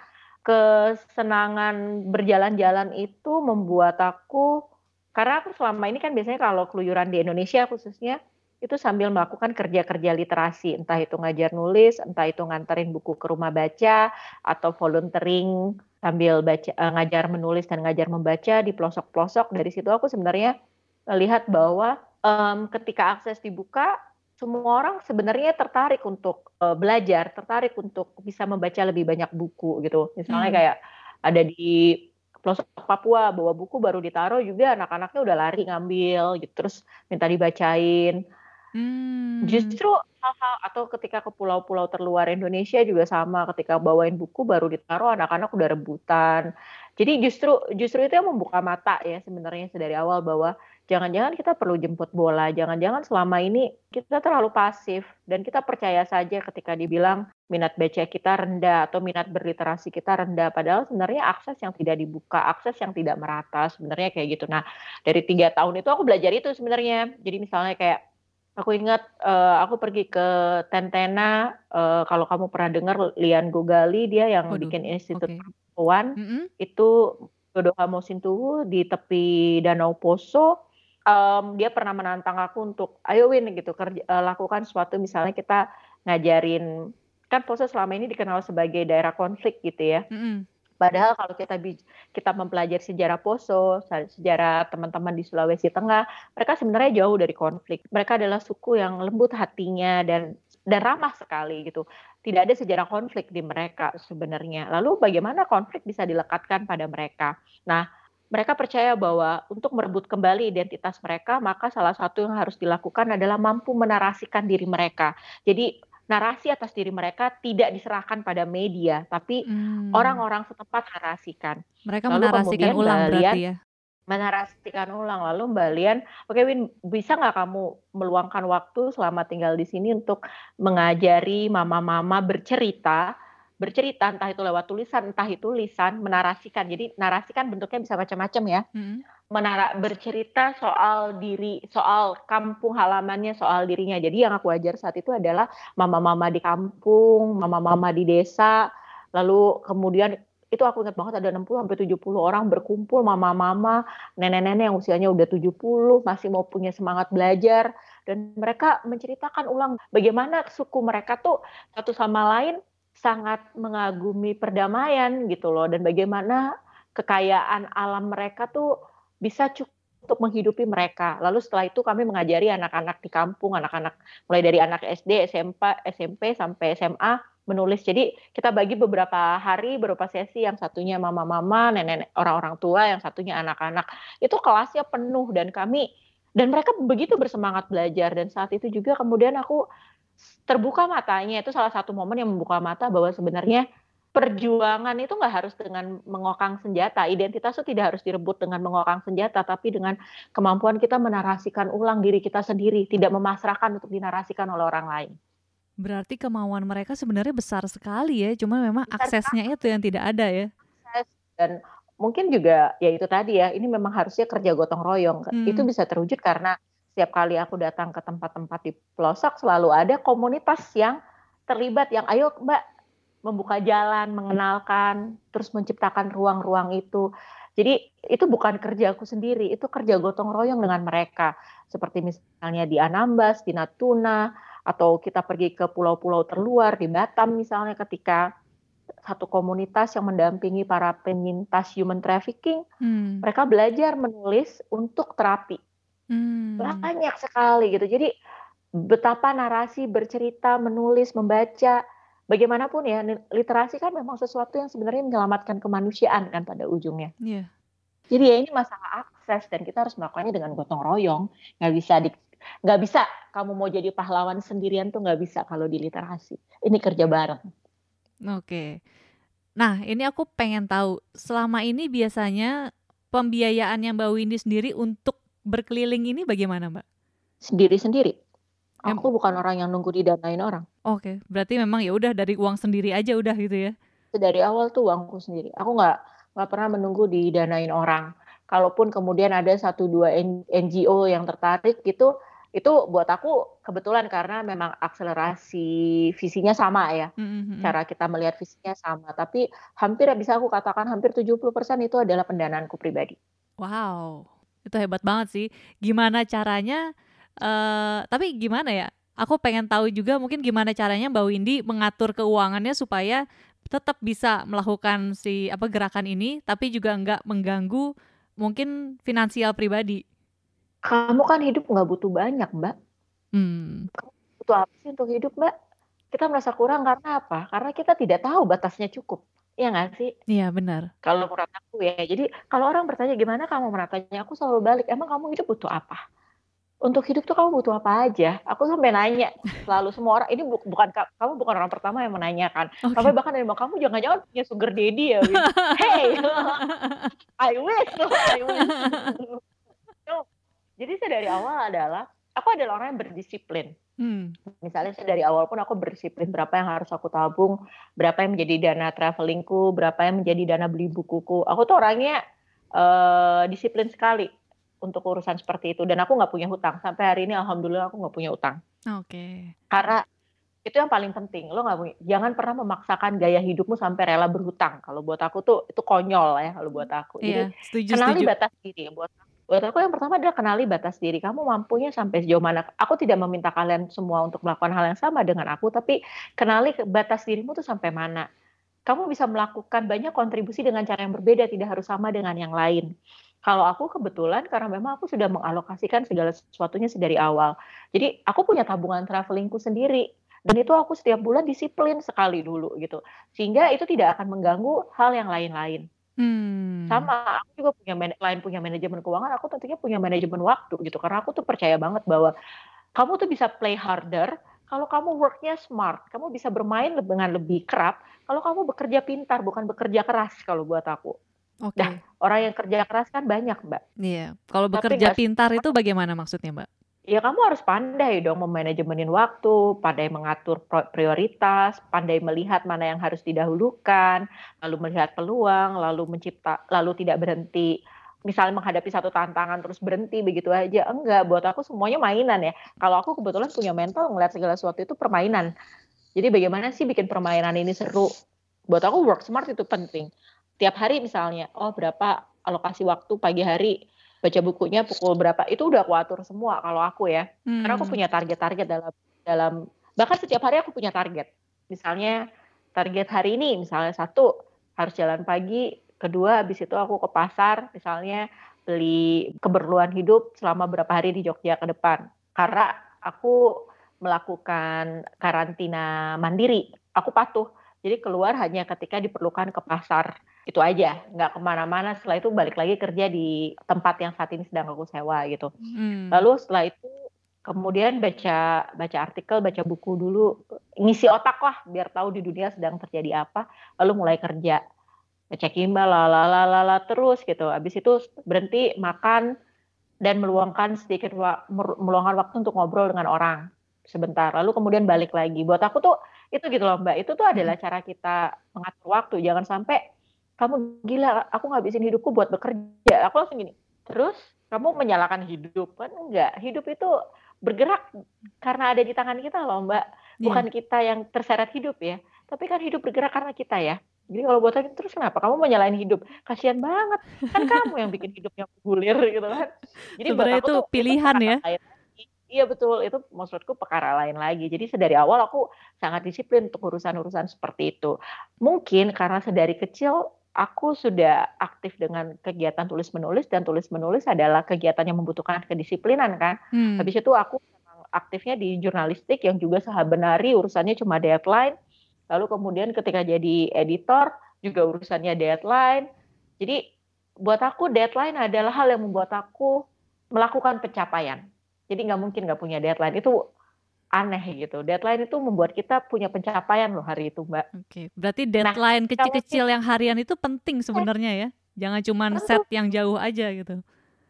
kesenangan berjalan-jalan itu membuat aku karena aku selama ini kan biasanya kalau keluyuran di Indonesia khususnya, itu sambil melakukan kerja-kerja literasi, entah itu ngajar nulis, entah itu nganterin buku ke rumah baca, atau volunteering sambil baca eee, ngajar menulis dan ngajar membaca di pelosok-pelosok. Dari situ aku sebenarnya melihat bahwa, mmm, ketika akses dibuka, semua orang sebenarnya tertarik untuk, eee, belajar, tertarik untuk bisa membaca lebih banyak buku gitu. Misalnya Mmm. kayak ada di pelosok Papua, bawa buku baru ditaruh juga anak-anaknya udah lari ngambil gitu, terus minta dibacain. Mmm. Justru hal-hal atau ketika ke pulau-pulau terluar Indonesia juga sama, ketika bawain buku baru ditaruh anak-anak udah rebutan. Jadi justru justru itu yang membuka mata ya sebenarnya dari awal bahwa jangan-jangan kita perlu jemput bola, jangan-jangan selama ini kita terlalu pasif dan kita percaya saja ketika dibilang minat baca kita rendah atau minat berliterasi kita rendah, padahal sebenarnya akses yang tidak dibuka, akses yang tidak merata, sebenarnya kayak gitu. Nah, dari tiga tahun itu aku belajar itu sebenarnya. Jadi misalnya kayak Aku ingat, eee, aku pergi ke Tentena, eee, kalau kamu pernah dengar Lian Gogali, dia yang Waduh, bikin Institut oke. Perempuan, Mhm. itu Dodo Hamosituwu di tepi Danau Poso, mmm, dia pernah menantang aku untuk, "Ayo Win," gitu, kerja eee, lakukan sesuatu misalnya kita ngajarin kan Poso selama ini dikenal sebagai daerah konflik gitu ya. Mhm. Padahal kalau kita bi kita mempelajari sejarah Poso, sa sejarah teman-teman di Sulawesi Tengah, mereka sebenarnya jauh dari konflik. Mereka adalah suku yang lembut hatinya dan dan ramah sekali gitu. Tidak ada sejarah konflik di mereka sebenarnya. Lalu bagaimana konflik bisa dilekatkan pada mereka? Nah, mereka percaya bahwa untuk merebut kembali identitas mereka, maka salah satu yang harus dilakukan adalah mampu menarasikan diri mereka. Jadi narasi atas diri mereka tidak diserahkan pada media, tapi Mmm. orang-orang setempat narasikan. Mereka Lalu menarasikan kemudian ulang Mbak berarti Lian ya? menarasikan ulang, lalu Mbak Lian, "Oke Win, bisa nggak kamu meluangkan waktu selama tinggal di sini untuk mengajari mama-mama bercerita bercerita, entah itu lewat tulisan, entah itu lisan, menarasikan." Jadi narasi kan bentuknya bisa macam-macam ya. Mhm. Menara bercerita soal diri, soal kampung halamannya, soal dirinya. Jadi yang aku ajar saat itu adalah mama-mama di kampung, mama-mama di desa, lalu kemudian itu aku ingat banget ada enam puluh sampai tujuh puluh orang berkumpul, mama-mama, nenek-nenek yang usianya udah tujuh puluh, masih mau punya semangat belajar, dan mereka menceritakan ulang bagaimana suku mereka tuh satu sama lain sangat mengagumi perdamaian gitu loh, dan bagaimana kekayaan alam mereka tuh bisa cukup untuk menghidupi mereka. Lalu setelah itu kami mengajari anak-anak di kampung, anak-anak mulai dari anak S D, S M P, S M P sampai S M A menulis. Jadi kita bagi beberapa hari, beberapa sesi, yang satunya mama-mama, nenek-nenek, orang-orang tua, yang satunya anak-anak. Itu kelasnya penuh dan kami dan mereka begitu bersemangat belajar, dan saat itu juga kemudian aku terbuka matanya. Itu salah satu momen yang membuka mata bahwa sebenarnya perjuangan itu nggak harus dengan mengokang senjata, identitas itu tidak harus direbut dengan mengokang senjata, tapi dengan kemampuan kita menarasikan ulang diri kita sendiri, tidak memasrahkan untuk dinarasikan oleh orang lain. Berarti kemauan mereka sebenarnya besar sekali ya, cuma memang Besar aksesnya itu yang tidak ada ya? akses dan mungkin juga ya itu tadi ya, ini memang harusnya kerja gotong royong. Itu Mmm. bisa terwujud karena setiap kali aku datang ke tempat-tempat di pelosok selalu ada komunitas yang terlibat, yang, "Ayo Mbak, membuka jalan, mengenalkan, terus menciptakan ruang-ruang itu." Jadi itu bukan kerja aku sendiri, itu kerja gotong royong dengan mereka. Seperti misalnya di Anambas, di Natuna, atau kita pergi ke pulau-pulau terluar, di Batam misalnya ketika satu komunitas yang mendampingi para penyintas human trafficking, Mmm. mereka belajar menulis untuk terapi. Mmm. Banyak sekali gitu. Jadi betapa narasi, bercerita, menulis, membaca, bagaimanapun ya, literasi kan memang sesuatu yang sebenarnya menyelamatkan kemanusiaan kan pada ujungnya. Iya. Jadi ya ini masalah akses dan kita harus melakukannya dengan gotong royong. Nggak bisa di nggak bisa kamu mau jadi pahlawan sendirian tuh nggak bisa kalau di literasi. Ini kerja bareng. Oke. Nah, ini aku pengen tahu, selama ini biasanya pembiayaannya Mbak Windy sendiri untuk berkeliling ini bagaimana, Mbak? Sendiri-sendiri. Em Aku bukan orang yang nunggu didanain orang. Oke, berarti memang ya udah dari uang sendiri aja udah gitu ya? Dari awal tuh uangku sendiri. Aku nggak nggak pernah menunggu didanain orang. Kalaupun kemudian ada satu dua N NGO yang tertarik gitu, itu buat aku kebetulan karena memang akselerasi visinya sama ya. Mhm mhm. Cara kita melihat visinya sama, tapi hampir bisa aku katakan hampir tujuh puluh persen itu adalah pendanaanku pribadi. Wow, itu hebat banget sih. Gimana caranya, eee, tapi gimana ya, aku pengen tahu juga mungkin gimana caranya Mbak Windy mengatur keuangannya supaya tetap bisa melakukan si apa, gerakan ini, tapi juga nggak mengganggu mungkin finansial pribadi? Kamu kan hidup nggak butuh banyak, Mbak. Mmm. Butuh apa sih untuk hidup, Mbak? Kita merasa kurang karena apa? Karena kita tidak tahu batasnya cukup. Iya nggak sih? Iya benar. Kalau menurut aku ya. Jadi kalau orang bertanya, "Gimana kamu menatanya?" Aku selalu balik, "Emang kamu hidup butuh apa? Untuk hidup tuh kamu butuh apa aja?" Aku sampai nanya selalu semua orang, ini buk bukan ka kamu bukan orang pertama yang menanyakan. Sampai Oke. bahkan ada yang bilang, "Kamu jangan-jangan punya sugar daddy ya, Win?" Hey, I wish loh, I wish. No. Jadi saya dari awal adalah, aku adalah orang yang berdisiplin. Mmm. Misalnya saya dari awal pun aku berdisiplin berapa yang harus aku tabung, berapa yang menjadi dana travelling-ku, berapa yang menjadi dana beli bukuku. Aku tuh orangnya, eee, disiplin sekali. untuk urusan seperti itu, dan aku nggak punya hutang. Sampai hari ini alhamdulillah aku nggak punya utang. Oke. Karena itu yang paling penting, lo nggak punya, jangan pernah memaksakan gaya hidupmu sampai rela berhutang. Kalau buat aku tuh itu konyol ya kalau buat aku. Jadi Iya, setuju kenali setuju. batas diri. Buat buat aku yang pertama adalah kenali batas diri. Kamu mampunya sampai sejauh mana? Aku tidak meminta kalian semua untuk melakukan hal yang sama dengan aku, tapi kenali batas dirimu tuh sampai mana. Kamu bisa melakukan banyak kontribusi dengan cara yang berbeda, tidak harus sama dengan yang lain. Kalau aku kebetulan karena memang aku sudah mengalokasikan segala sesuatunya dari awal. Jadi aku punya tabungan travelingku sendiri. Dan itu aku setiap bulan disiplin sekali dulu gitu. Sehingga itu tidak akan mengganggu hal yang lain-lain. Hmm. Sama, aku juga punya selain punya manajemen keuangan, aku tentunya punya manajemen waktu gitu. Karena aku tuh percaya banget bahwa kamu tuh bisa play harder kalau kamu worknya smart. Kamu bisa bermain dengan lebih kerap kalau kamu bekerja pintar, bukan bekerja keras kalau buat aku. Oke. Nah, orang yang kerja keras kan banyak, Mbak. Iya. Kalau Tapi bekerja nggak pintar semua- itu bagaimana maksudnya, Mbak? Ya kamu harus pandai dong memanajemenin waktu, pandai mengatur pro- prioritas, pandai melihat mana yang harus didahulukan, lalu melihat peluang, lalu mencipta, lalu tidak berhenti. Misalnya menghadapi satu tantangan terus berhenti begitu aja. Enggak, buat aku semuanya mainan ya. Kalau aku kebetulan punya mental ngeliat segala sesuatu itu permainan. Jadi bagaimana sih bikin permainan ini seru? Buat aku work smart itu penting. Tiap hari misalnya, oh berapa alokasi waktu pagi hari, baca bukunya pukul berapa, itu udah aku atur semua kalau aku ya. Hmm. Karena aku punya target-target dalam dalam bahkan setiap hari aku punya target. Misalnya target hari ini, misalnya satu harus jalan pagi, kedua habis itu aku ke pasar, misalnya beli keperluan hidup selama berapa hari di Jogja ke depan. Karena aku melakukan karantina mandiri, aku patuh. Jadi keluar hanya ketika diperlukan ke pasar. Itu aja, nggak kemana-mana. Setelah itu balik lagi kerja di tempat yang saat ini sedang aku sewa gitu. Hmm. Lalu setelah itu kemudian baca baca artikel, baca buku dulu, ngisi otak lah biar tahu di dunia sedang terjadi apa. Lalu mulai kerja, cek email, lalalala terus gitu. Habis itu berhenti makan dan meluangkan sedikit meluangkan waktu untuk ngobrol dengan orang sebentar. Lalu kemudian balik lagi. Buat aku tuh itu gitu loh Mbak. Itu tuh adalah cara kita mengatur waktu. Jangan sampai kamu gila, aku ngabisin hidupku buat bekerja. Aku langsung gini. Terus kamu menyalahkan hidup kan? Enggak. Hidup itu bergerak karena ada di tangan kita loh Mbak. Bukan yeah. kita yang terseret hidup ya. Tapi kan hidup bergerak karena kita ya. Jadi kalau buat aku terus kenapa kamu menyalahin hidup? Kasian banget. Kan kamu yang bikin hidupnya bergulir gitu kan. Jadi sebenarnya buat aku itu tuh pilihan itu ya. Lain. Iya betul, itu maksudku perkara lain lagi. Jadi sedari awal aku sangat disiplin untuk urusan-urusan seperti itu. Mungkin karena sedari kecil aku sudah aktif dengan kegiatan tulis-menulis, dan tulis-menulis adalah kegiatan yang membutuhkan kedisiplinan kan. Hmm. Habis itu aku aktifnya di jurnalistik yang juga sebenarnya urusannya cuma deadline. Lalu kemudian ketika jadi editor juga urusannya deadline. Jadi buat aku deadline adalah hal yang membuat aku melakukan pencapaian. Jadi nggak mungkin nggak punya deadline, itu aneh gitu. Deadline itu membuat kita punya pencapaian loh hari itu Mbak. Oke, berarti deadline nah, kecil-kecil yang harian itu penting sebenarnya ya. Jangan cuma set yang jauh aja gitu.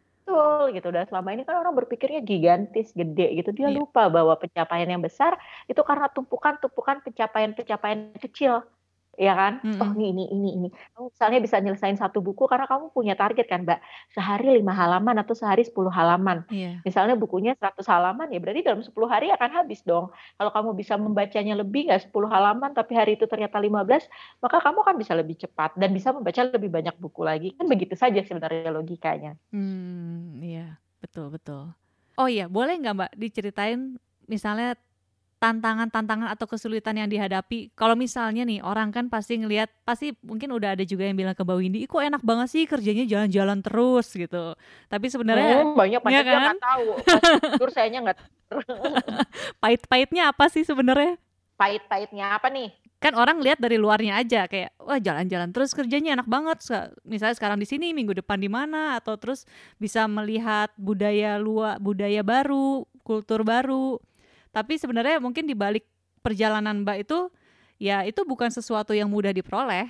Betul gitu. Dan selama ini kan orang berpikirnya gigantis, gede gitu. Dia yeah. lupa bahwa pencapaian yang besar itu karena tumpukan-tumpukan pencapaian-pencapaian kecil. Ya kan? Mm-hmm. Oh ini, ini, ini, ini. Kamu misalnya bisa nyelesain satu buku karena kamu punya target kan Mbak. Sehari lima halaman atau sehari sepuluh halaman. Yeah. Misalnya bukunya seratus halaman ya berarti dalam sepuluh hari akan habis dong. Kalau kamu bisa membacanya lebih nggak sepuluh halaman tapi hari itu ternyata lima belas, maka kamu kan bisa lebih cepat dan bisa membaca lebih banyak buku lagi. Kan begitu saja sebenarnya logikanya. Hmm, iya, betul-betul. Oh iya, boleh nggak Mbak diceritain misalnya tantangan-tantangan atau kesulitan yang dihadapi? Kalau misalnya nih orang kan pasti ngelihat, pasti mungkin udah ada juga yang bilang ke Mbak Windy, kok enak banget sih kerjanya jalan-jalan terus gitu. Tapi sebenarnya hmm, banyak banget ya kan? Nggak tahu. Tidur sayanya nggak. Pahit-pahitnya apa sih sebenarnya? Pahit-pahitnya apa nih? Kan orang lihat dari luarnya aja kayak wah jalan-jalan terus kerjanya enak banget. Misalnya sekarang di sini, minggu depan di mana, atau terus bisa melihat budaya luar, budaya baru, kultur baru. Tapi sebenarnya mungkin di balik perjalanan Mbak itu, ya itu bukan sesuatu yang mudah diperoleh.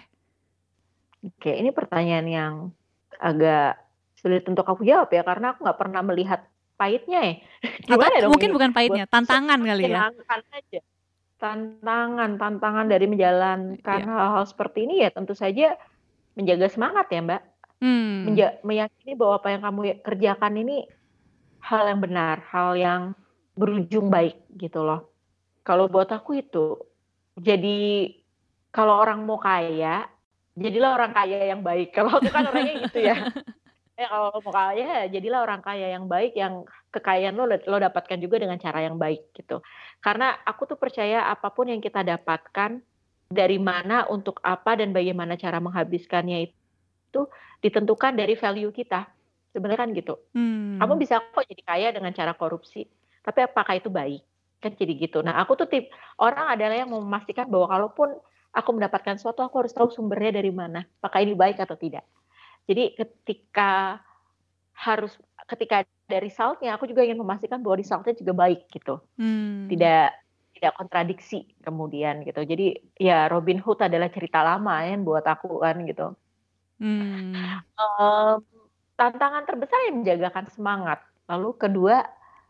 Oke, ini pertanyaan yang agak sulit untuk aku jawab ya, karena aku nggak pernah melihat pahitnya ya. Gimana dong mungkin ini? Bukan pahitnya, tantangan kali ya. Aja. Tantangan, tantangan dari menjalankan ya. hal-hal seperti ini ya tentu saja menjaga semangat ya Mbak. Hmm. Menja meyakini bahwa apa yang kamu ya kerjakan ini hal yang benar, hal yang berujung baik gitu loh. Kalau buat aku itu, jadi kalau orang mau kaya, jadilah orang kaya yang baik. Kalau aku kan orangnya gitu ya. Ya kalau mau kaya, jadilah orang kaya yang baik, yang kekayaan lo lo dapatkan juga dengan cara yang baik gitu. Karena aku tuh percaya apapun yang kita dapatkan, dari mana, untuk apa, dan bagaimana cara menghabiskannya itu ditentukan dari value kita. Sebenarnya kan gitu. Kamu Hmm. bisa kok jadi kaya dengan cara korupsi, tapi apakah itu baik? Kan jadi gitu. Nah, aku tuh tip orang adalah yang mau memastikan bahwa kalaupun aku mendapatkan sesuatu, aku harus tahu sumbernya dari mana, apakah ini baik atau tidak. Jadi ketika harus ketika ada result-nya, aku juga ingin memastikan bahwa result-nya juga baik gitu. Hmm. Tidak tidak kontradiksi kemudian gitu. Jadi ya Robin Hood adalah cerita lama ya buat aku kan gitu. Hmm. Mmm, tantangan terbesar yang menjagakan semangat. Lalu kedua,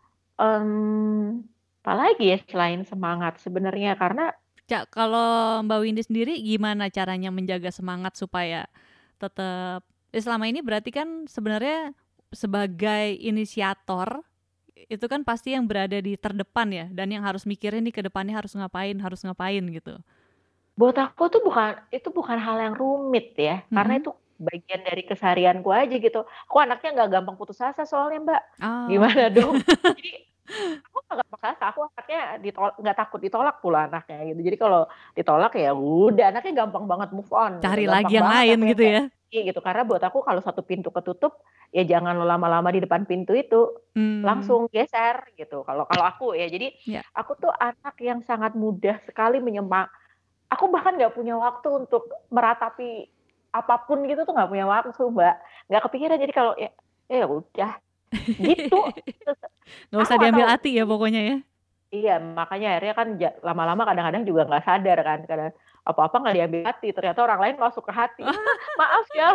mmm, apalagi ya selain semangat sebenarnya karena Ca kalau Mbak Windy sendiri gimana caranya menjaga semangat supaya tetap eh, selama ini berarti kan sebenarnya sebagai inisiator itu kan pasti yang berada di terdepan ya dan yang harus mikirin nih ke depannya harus ngapain, harus ngapain gitu. buat aku tuh bukan itu bukan hal yang rumit ya, karena Mhm. itu bagian dari keseharianku aja gitu. Aku anaknya nggak gampang putus asa soalnya, Mbak. Oh, Gimana oke. dong? Jadi aku nggak gampang putus asa, aku anaknya ditol nggak takut ditolak pula anaknya gitu. Jadi kalau ditolak ya udah, anaknya gampang banget move on gitu, Cari lagi gampang yang banget lain aku yang gitu kayak ya. iya gitu. Karena buat aku kalau satu pintu ketutup, ya jangan lo lama-lama di depan pintu itu, Hmm. langsung geser gitu. Kalau kalau aku ya, jadi Ya. aku tuh anak yang sangat mudah sekali menyema aku bahkan nggak punya waktu untuk meratapi apapun gitu tuh nggak punya waktu, Mbak. Nggak kepikiran jadi kalau ya ya udah gitu. Nggak Aku usah nggak diambil tahu. hati ya pokoknya ya. Iya, makanya akhirnya kan ja lama-lama kadang-kadang juga nggak sadar kan, kadang apa-apa nggak diambil hati, ternyata orang lain masuk ke hati. "Ah, maaf ya."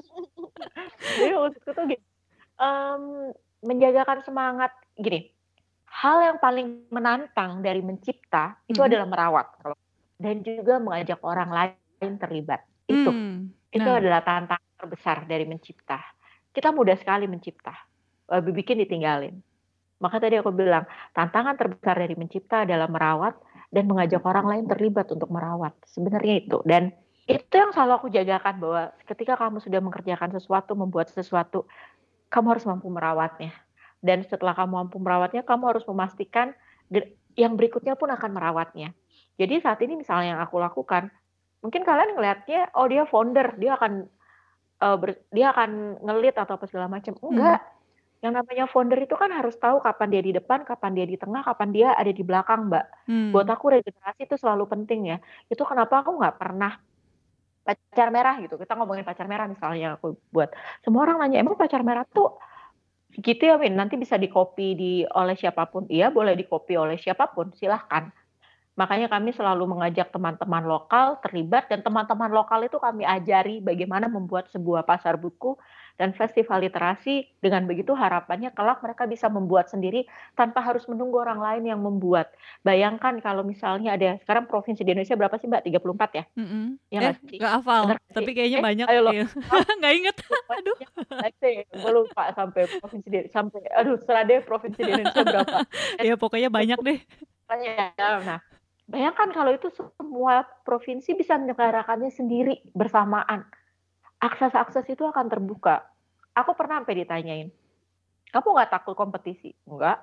Jadi maksudku tuh gini, mmm, menjagakan semangat gini, hal yang paling menantang dari mencipta itu Mhm. adalah merawat kalau dan juga mengajak orang lain terlibat. Itu. Hmm. Itu Nah. adalah tantangan terbesar dari mencipta. Kita mudah sekali mencipta, eee, bikin ditinggalin. Maka tadi aku bilang, tantangan terbesar dari mencipta adalah merawat dan mengajak orang lain terlibat untuk merawat. Sebenarnya itu. Dan itu yang selalu aku jagakan bahwa ketika kamu sudah mengerjakan sesuatu, membuat sesuatu, kamu harus mampu merawatnya. Dan setelah kamu mampu merawatnya, kamu harus memastikan ge yang berikutnya pun akan merawatnya. Jadi saat ini misalnya yang aku lakukan, mungkin kalian ngelihatnya, oh dia founder, dia akan, eee, ber dia akan nge-lead atau apa segala macam. Hmm. Enggak, yang namanya founder itu kan harus tahu kapan dia di depan, kapan dia di tengah, kapan dia ada di belakang, Mbak. Buat Hmm. aku regenerasi itu selalu penting ya. Itu kenapa aku nggak pernah pacar merah gitu, kita ngomongin pacar merah misalnya aku buat. Semua orang nanya, "Emang pacar merah tuh gitu ya, Win, nanti bisa di-copy di oleh siapapun?" Iya, boleh di-copy oleh siapapun, silahkan. Makanya kami selalu mengajak teman-teman lokal terlibat dan teman-teman lokal itu kami ajari bagaimana membuat sebuah pasar buku dan festival literasi. Dengan begitu harapannya kelak mereka bisa membuat sendiri tanpa harus menunggu orang lain yang membuat. Bayangkan kalau misalnya ada sekarang provinsi di Indonesia berapa sih, Mbak? tiga puluh empat ya? Mhm. Iya Eh, nggak sih? nggak hafal, Bener nggak sih? tapi kayaknya Eh, banyak ayo loh, iya. tahu Nggak inget. Aduh. pokoknya let's say gue lupa sampai provinsi di sampai aduh terserah deh provinsi di Indonesia berapa. Dan Ya pokoknya banyak deh. nah, bayangkan kalau itu semua provinsi bisa menyelenggarakannya sendiri bersamaan. Akses-akses itu akan terbuka. Aku pernah sampai ditanyain, "Kamu nggak takut kompetisi?" "Enggak,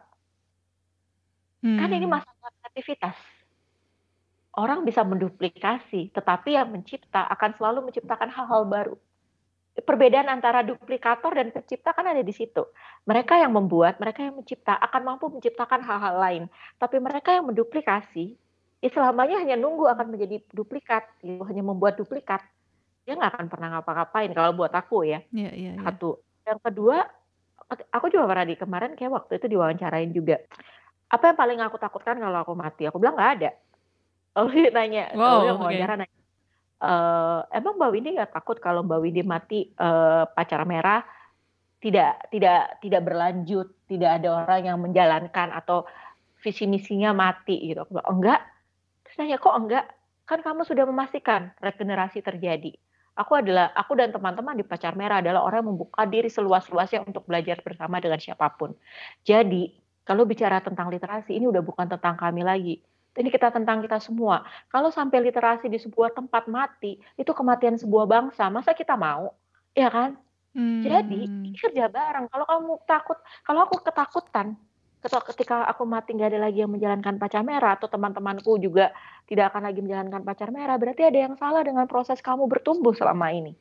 kan ini Hmm. masalah kreativitas. Orang bisa menduplikasi, tetapi yang mencipta akan selalu menciptakan hal-hal baru." Perbedaan antara duplikator dan pencipta kan ada di situ. Mereka yang membuat, mereka yang mencipta akan mampu menciptakan hal-hal lain. Tapi mereka yang menduplikasi, ya selamanya hanya nunggu akan menjadi duplikat, gitu, hanya membuat duplikat. Dia nggak akan pernah ngapa-ngapain kalau buat aku ya. Iya iya iya. Satu. Yang kedua, aku juga pernah di kemarin kayak waktu itu diwawancarain juga. Apa yang paling aku takutkan kalau aku mati? Aku bilang nggak ada. Lalu dia nanya, lalu yang Wow, oke. wawancara nanya, eee, "Emang Mbak Windy nggak takut kalau Mbak Windy mati, eee, pacar merah tidak tidak tidak berlanjut, tidak ada orang yang menjalankan atau visi misinya mati," gitu. Aku bilang, "Oh enggak." Terus nanya, "Kok enggak? Kan kamu sudah memastikan regenerasi terjadi." Aku adalah aku dan teman-teman di Pacar Merah adalah orang yang membuka diri seluas-luasnya untuk belajar bersama dengan siapapun. Jadi, kalau bicara tentang literasi, ini udah bukan tentang kami lagi. Ini kita tentang kita semua. Kalau sampai literasi di sebuah tempat mati, itu kematian sebuah bangsa. Masa kita mau? Ya kan? Jadi, ini Hmm. kerja bareng. Kalau kamu takut, kalau aku ketakutan, ketika aku mati nggak ada lagi yang menjalankan Pacar Merah, atau teman-temanku juga tidak akan lagi menjalankan Pacar Merah, berarti ada yang salah dengan proses kamu bertumbuh selama ini.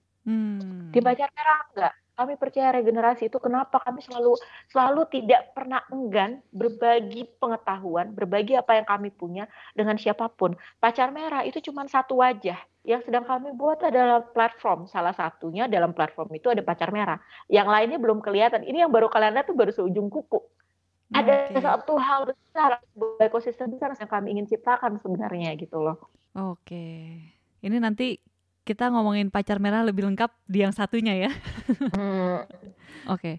Di Hmm. Pacar Merah enggak. Kami percaya regenerasi itu kenapa kami selalu selalu tidak pernah enggan berbagi pengetahuan, berbagi apa yang kami punya dengan siapapun. Pacar Merah itu cuma satu wajah. Yang sedang kami buat adalah platform. Salah satunya dalam platform itu ada Pacar Merah. Yang lainnya belum kelihatan. Ini yang baru kalian lihat tuh baru seujung kuku. Ada Oke. satu hal besar, ekosistem besar yang kami ingin ciptakan sebenarnya gitu loh. Oke. Ini nanti kita ngomongin Pacar Merah lebih lengkap di yang satunya ya. Hmm. Oke.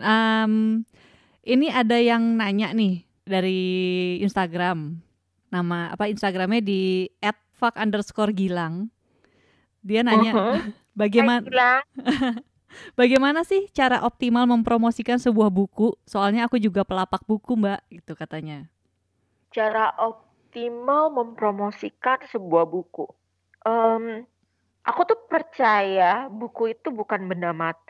Um, ini ada yang nanya nih dari Instagram. Nama apa Instagramnya di at fuck underscore gilang. Dia nanya Uh-huh. bagaimana bagaimana sih cara optimal mempromosikan sebuah buku? Soalnya aku juga pelapak buku, Mbak, gitu katanya. Cara optimal mempromosikan sebuah buku. Um, aku tuh percaya buku itu bukan benda mati.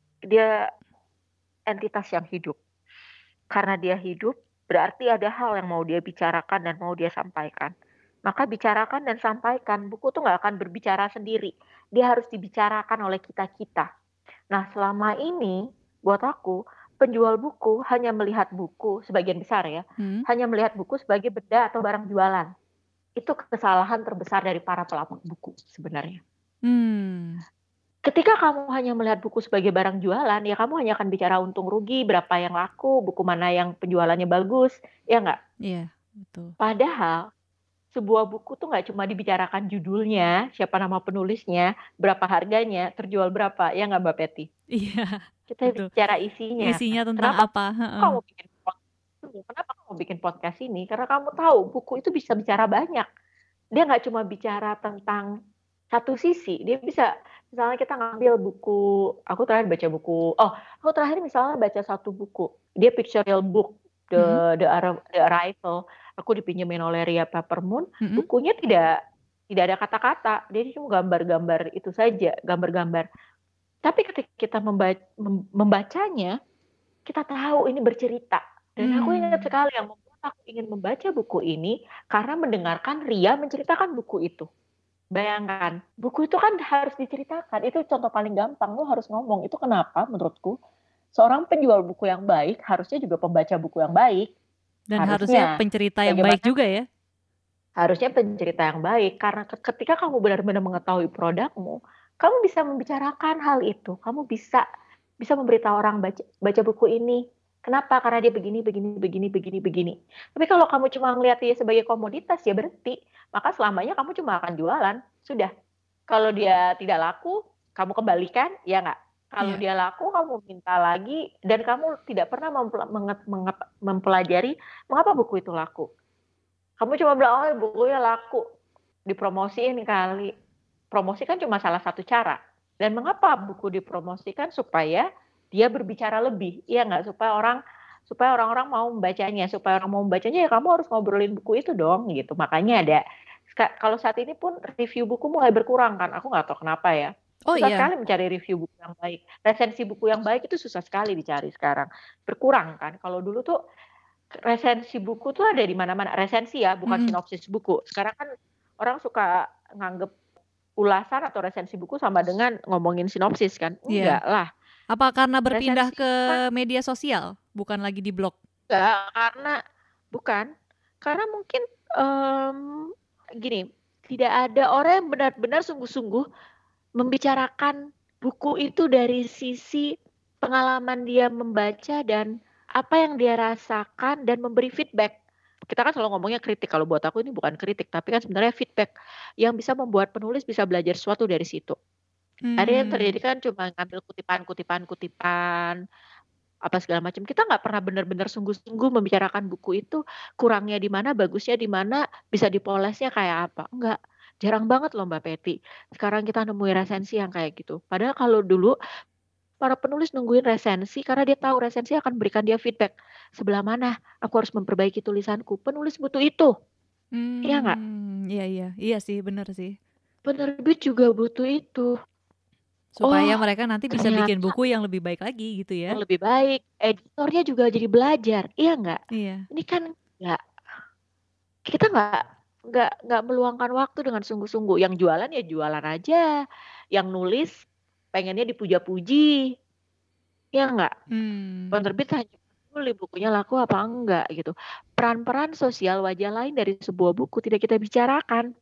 Dia entitas yang hidup. Karena dia hidup, berarti ada hal yang mau dia bicarakan dan mau dia sampaikan. Maka bicarakan dan sampaikan. Buku tuh nggak akan berbicara sendiri. Dia harus dibicarakan oleh kita-kita. Nah, selama ini buat aku, penjual buku hanya melihat buku, sebagian besar ya, Hmm? hanya melihat buku sebagai benda atau barang jualan. Itu kesalahan terbesar dari para pelapak buku sebenarnya. Hmm. Ketika kamu hanya melihat buku sebagai barang jualan, ya kamu hanya akan bicara untung rugi, berapa yang laku, buku mana yang penjualannya bagus, ya nggak? Iya, betul. Padahal sebuah buku tuh nggak cuma dibicarakan judulnya, siapa nama penulisnya, berapa harganya, terjual berapa, ya nggak Mbak Peti? Iya, Kita betul. bicara isinya. Isinya tentang Kenapa apa? Heeh. kamu bikin podcast ini? Kenapa kamu bikin podcast ini? Karena kamu tahu buku itu bisa bicara banyak. Dia nggak cuma bicara tentang satu sisi. Dia bisa, misalnya kita ngambil buku, aku terakhir baca buku, oh, aku terakhir misalnya baca satu buku. Dia pictorial book, Mm-mm. The The, Arri- The Arrival. Aku dipinjemin oleh Ria Peppermoon. Mm-mm. Bukunya tidak tidak ada kata-kata. Dia cuma gambar-gambar itu saja, gambar-gambar. Tapi ketika kita membaca, membacanya, kita tahu ini bercerita. Dan aku ingat Hmm. sekali yang membuat aku ingin membaca buku ini karena mendengarkan Ria menceritakan buku itu. Bayangkan, buku itu kan harus diceritakan. Itu contoh paling gampang, lo harus ngomong. Itu kenapa menurutku seorang penjual buku yang baik harusnya juga pembaca buku yang baik. Dan harusnya Harusnya. pencerita yang Bagaimana? baik juga ya. Harusnya pencerita yang baik. Karena ketika kamu benar-benar mengetahui produkmu, kamu bisa membicarakan hal itu. Kamu bisa bisa memberitahu orang baca, baca buku ini. Kenapa? Karena dia begini, begini, begini, begini, begini. Tapi kalau kamu cuma melihat dia sebagai komoditas, ya berhenti. Maka selamanya kamu cuma akan jualan. Sudah. Kalau dia tidak laku, kamu kembalikan, ya nggak? Kalau Iya. dia laku, kamu minta lagi. Dan kamu tidak pernah mempelajari mengapa buku itu laku. Kamu cuma bilang, oh bukunya laku. Dipromosiin kali. Promosi kan cuma salah satu cara. Dan mengapa buku dipromosikan? Supaya dia berbicara lebih. Iya nggak? Supaya orang supaya orang-orang mau membacanya. Supaya orang mau membacanya, ya kamu harus ngobrolin buku itu dong. Gitu. Makanya ada. Kalau saat ini pun review buku mulai berkurang kan. Aku nggak tahu kenapa ya. Oh Susah iya. sekali mencari review buku yang baik. Resensi buku yang baik itu susah sekali dicari sekarang. Berkurang kan. Kalau dulu tuh resensi buku tuh ada di mana-mana. Resensi ya, bukan Mm-mm. sinopsis buku. Sekarang kan orang suka nganggep ulasan atau resensi buku sama dengan ngomongin sinopsis kan. Iya. Enggak lah. Apa karena berpindah Resensi ke kan media sosial, bukan lagi di blog? enggak, karena bukan. Karena mungkin um, gini, tidak ada orang yang benar-benar sungguh-sungguh membicarakan buku itu dari sisi pengalaman dia membaca dan apa yang dia rasakan dan memberi feedback. Kita kan selalu ngomongnya kritik. Kalau buat aku ini bukan kritik, tapi kan sebenarnya feedback yang bisa membuat penulis bisa belajar sesuatu dari situ. Hmm. Ada yang terjadi kan cuma ngambil kutipan-kutipan-kutipan apa segala macam. Kita nggak pernah benar-benar sungguh-sungguh membicarakan buku itu kurangnya di mana, bagusnya di mana, bisa dipolesnya kayak apa. Enggak. Jarang banget loh Mbak Peti, sekarang kita nemuin resensi yang kayak gitu. Padahal kalau dulu, para penulis nungguin resensi karena dia tahu resensi akan berikan dia feedback, "Sebelah mana aku harus memperbaiki tulisanku?" Penulis butuh itu, iya nggak? Mmm, iya iya. Iya sih, bener sih. Penerbit juga butuh itu. Supaya Oh, mereka nanti bisa bikin ternyata buku yang lebih baik lagi gitu ya. yang lebih baik, editornya juga jadi belajar, iya nggak? Iya. Ini kan nggak kita nggak nggak nggak meluangkan waktu dengan sungguh-sungguh, yang jualan ya jualan aja, yang nulis pengennya dipuja-puji, iya nggak? Mmm. Penerbit hanya peduli bukunya laku apa enggak gitu. Peran-peran sosial wajah lain dari sebuah buku tidak kita bicarakan.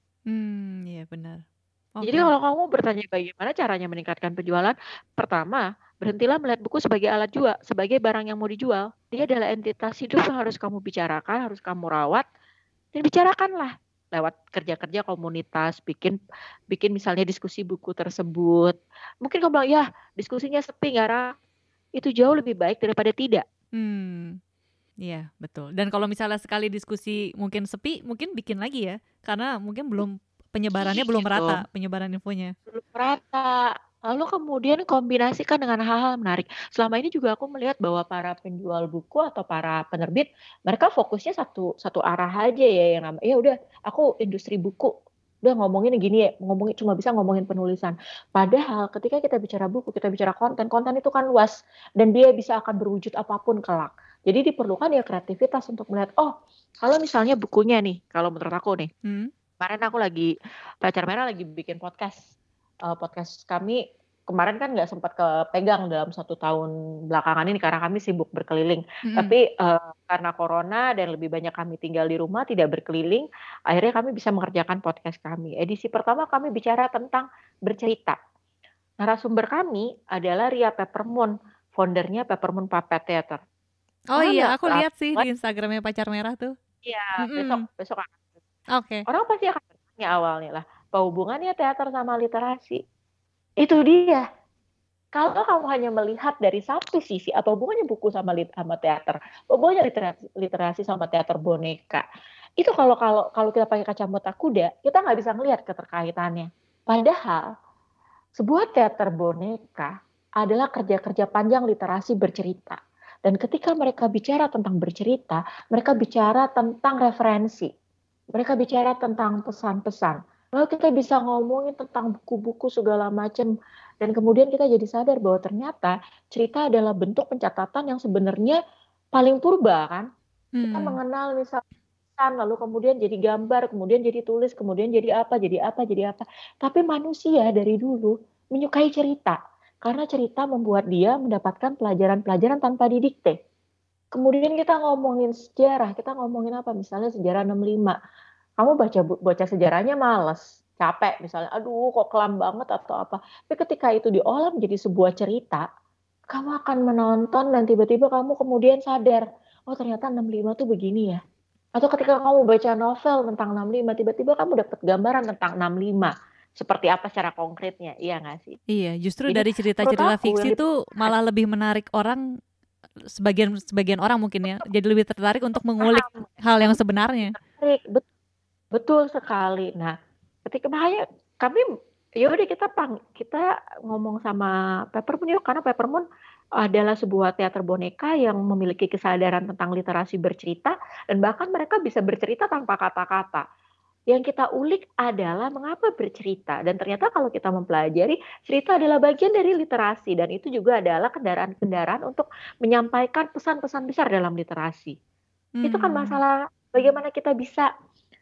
Mmm, iya benar. Jadi Oke. kalau kamu bertanya bagaimana caranya meningkatkan penjualan, pertama, berhentilah melihat buku sebagai alat jual, sebagai barang yang mau dijual. Dia adalah entitas hidup yang harus kamu bicarakan, harus kamu rawat, dan bicarakanlah lewat kerja-kerja komunitas, bikin bikin misalnya diskusi buku tersebut. Mungkin kamu bilang, ya diskusinya sepi nggak ramai, itu jauh lebih baik daripada tidak. Mmm, iya betul. Dan kalau misalnya sekali diskusi mungkin sepi, mungkin bikin lagi ya, karena mungkin belum penyebarannya belum Gitu. merata, penyebaran infonya. Belum merata. Lalu kemudian kombinasikan dengan hal-hal menarik. Selama ini juga aku melihat bahwa para penjual buku atau para penerbit, mereka fokusnya satu satu arah aja ya, yang namanya ya udah aku industri buku, udah ngomongin gini ya, ngomongin cuma bisa ngomongin penulisan. Padahal ketika kita bicara buku, kita bicara konten, konten itu kan luas dan dia bisa akan berwujud apapun kelak. Jadi diperlukan ya kreativitas untuk melihat, oh kalau misalnya bukunya nih, kalau menurut aku nih, Hmm. kemarin aku lagi Pacar Merah lagi bikin podcast. Uh, podcast kami kemarin kan nggak sempat kepegang dalam satu tahun belakangan ini karena kami sibuk berkeliling. Mm-mm. Tapi uh, karena corona dan lebih banyak kami tinggal di rumah tidak berkeliling, akhirnya kami bisa mengerjakan podcast kami. Edisi pertama kami bicara tentang bercerita. Narasumber kami adalah Ria Peppermoon, foundernya Peppermoon Puppet Theater. Oh Orang iya, nggak aku lihat sih tahu. di Instagramnya Pacar Merah tuh. Iya, Mm-mm. besok besok akan. Oke. Orang pasti akan bertanya awalnya lah, apa hubungannya teater sama literasi? Itu dia. Kalau kamu hanya melihat dari satu sisi, apa hubungannya buku sama lit sama teater? Apa hubungannya literasi, literasi sama teater boneka? Itu kalau kalau kalau kita pakai kacamata kuda, kita nggak bisa melihat keterkaitannya. Padahal sebuah teater boneka adalah kerja-kerja panjang literasi bercerita. Dan ketika mereka bicara tentang bercerita, mereka bicara tentang referensi. Mereka bicara tentang pesan-pesan. Lalu kita bisa ngomongin tentang buku-buku segala macam. Dan kemudian kita jadi sadar bahwa ternyata cerita adalah bentuk pencatatan yang sebenarnya paling purba kan. Kita Hmm. mengenal misalnya, lalu kemudian jadi gambar, kemudian jadi tulis, kemudian jadi apa, jadi apa, jadi apa. Tapi manusia dari dulu menyukai cerita. Karena cerita membuat dia mendapatkan pelajaran-pelajaran tanpa didikte. Kemudian kita ngomongin sejarah, kita ngomongin apa? Misalnya sejarah enam puluh lima. Kamu baca baca sejarahnya males, capek misalnya, aduh kok kelam banget atau apa. Tapi ketika itu diolah menjadi sebuah cerita, kamu akan menonton dan tiba-tiba kamu kemudian sadar, oh ternyata enam puluh lima tuh begini ya. Atau ketika kamu baca novel tentang enam puluh lima, tiba-tiba kamu dapat gambaran tentang enam puluh lima. Seperti apa secara konkretnya, iya nggak sih? Iya, justru Jadi dari menurut cerita-cerita aku fiksi yang tuh malah lebih menarik orang, sebagian sebagian orang mungkin ya, jadi lebih tertarik untuk mengulik paham, hal yang sebenarnya. betul, betul sekali. Nah, ketika bahaya kami ya udah kita pang, kita ngomong sama Peppermoon yuk, karena Peppermoon adalah sebuah teater boneka yang memiliki kesadaran tentang literasi bercerita dan bahkan mereka bisa bercerita tanpa kata-kata. Yang kita ulik adalah mengapa bercerita, dan ternyata kalau kita mempelajari, cerita adalah bagian dari literasi dan itu juga adalah kendaraan-kendaraan untuk menyampaikan pesan-pesan besar dalam literasi. Itu kan Hmm. masalah bagaimana kita bisa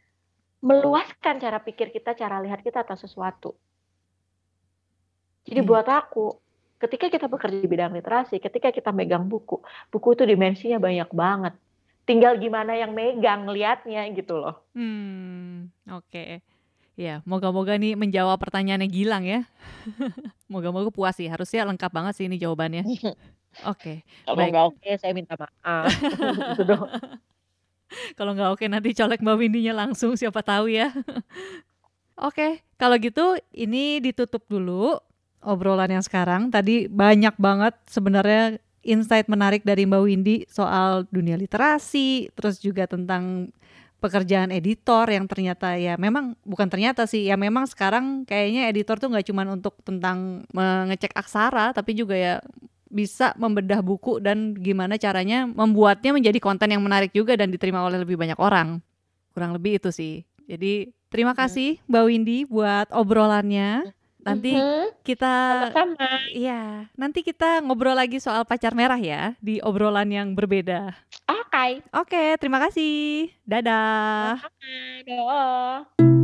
meluaskan cara pikir kita, cara lihat kita atas sesuatu. Jadi Iya. buat aku, ketika kita bekerja di bidang literasi, ketika kita megang buku, buku itu dimensinya banyak banget. Tinggal gimana yang megang, liatnya gitu loh. Hmm, oke. Ya, moga-moga nih menjawab pertanyaannya Gilang ya. Moga-moga puas sih, harusnya lengkap banget sih ini jawabannya. Oke, Kalau baik. nggak oke, saya minta maaf. Gitu dong. Kalau nggak oke nanti colek Mbak Windy-nya langsung, siapa tahu ya. Oke, kalau gitu ini ditutup dulu obrolan yang sekarang. Tadi banyak banget sebenarnya insight menarik dari Mbak Windy soal dunia literasi, terus juga tentang pekerjaan editor yang ternyata ya memang bukan ternyata sih ya memang sekarang kayaknya editor tuh nggak cuma untuk tentang mengecek aksara tapi juga ya bisa membedah buku dan gimana caranya membuatnya menjadi konten yang menarik juga dan diterima oleh lebih banyak orang. Kurang lebih itu sih. Jadi terima kasih Mbak Windy buat obrolannya. Nanti Mhm. kita Sama-sama. Iya, nanti kita ngobrol lagi soal pacar merah ya di obrolan yang berbeda. Oke. Oke, terima kasih. Dadah. Sama-sama. Dah.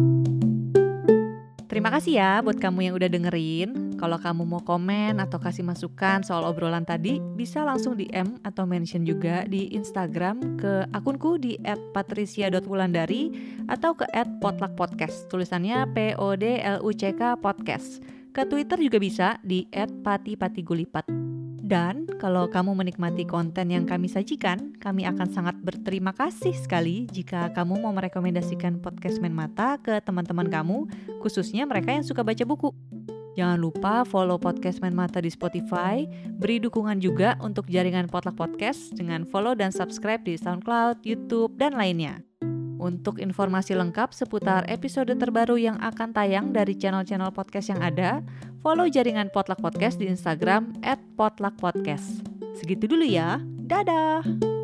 Terima kasih ya buat kamu yang udah dengerin. Kalau kamu mau komen atau kasih masukan soal obrolan tadi, bisa langsung D M atau mention juga di Instagram ke akunku di et patricia dot wulandari atau ke et potluck podcast. Tulisannya P O D L U C K podcast. Ke Twitter juga bisa di et patipatigulipat. Dan kalau kamu menikmati konten yang kami sajikan, kami akan sangat berterima kasih sekali jika kamu mau merekomendasikan podcast Main Mata ke teman-teman kamu, khususnya mereka yang suka baca buku. Jangan lupa follow podcast Main Mata di Spotify, beri dukungan juga untuk jaringan Potluck Podcast dengan follow dan subscribe di SoundCloud, YouTube, dan lainnya. Untuk informasi lengkap seputar episode terbaru yang akan tayang dari channel-channel podcast yang ada, follow jaringan Potluck Podcast di Instagram et potluck podcast. Segitu dulu ya, dadah!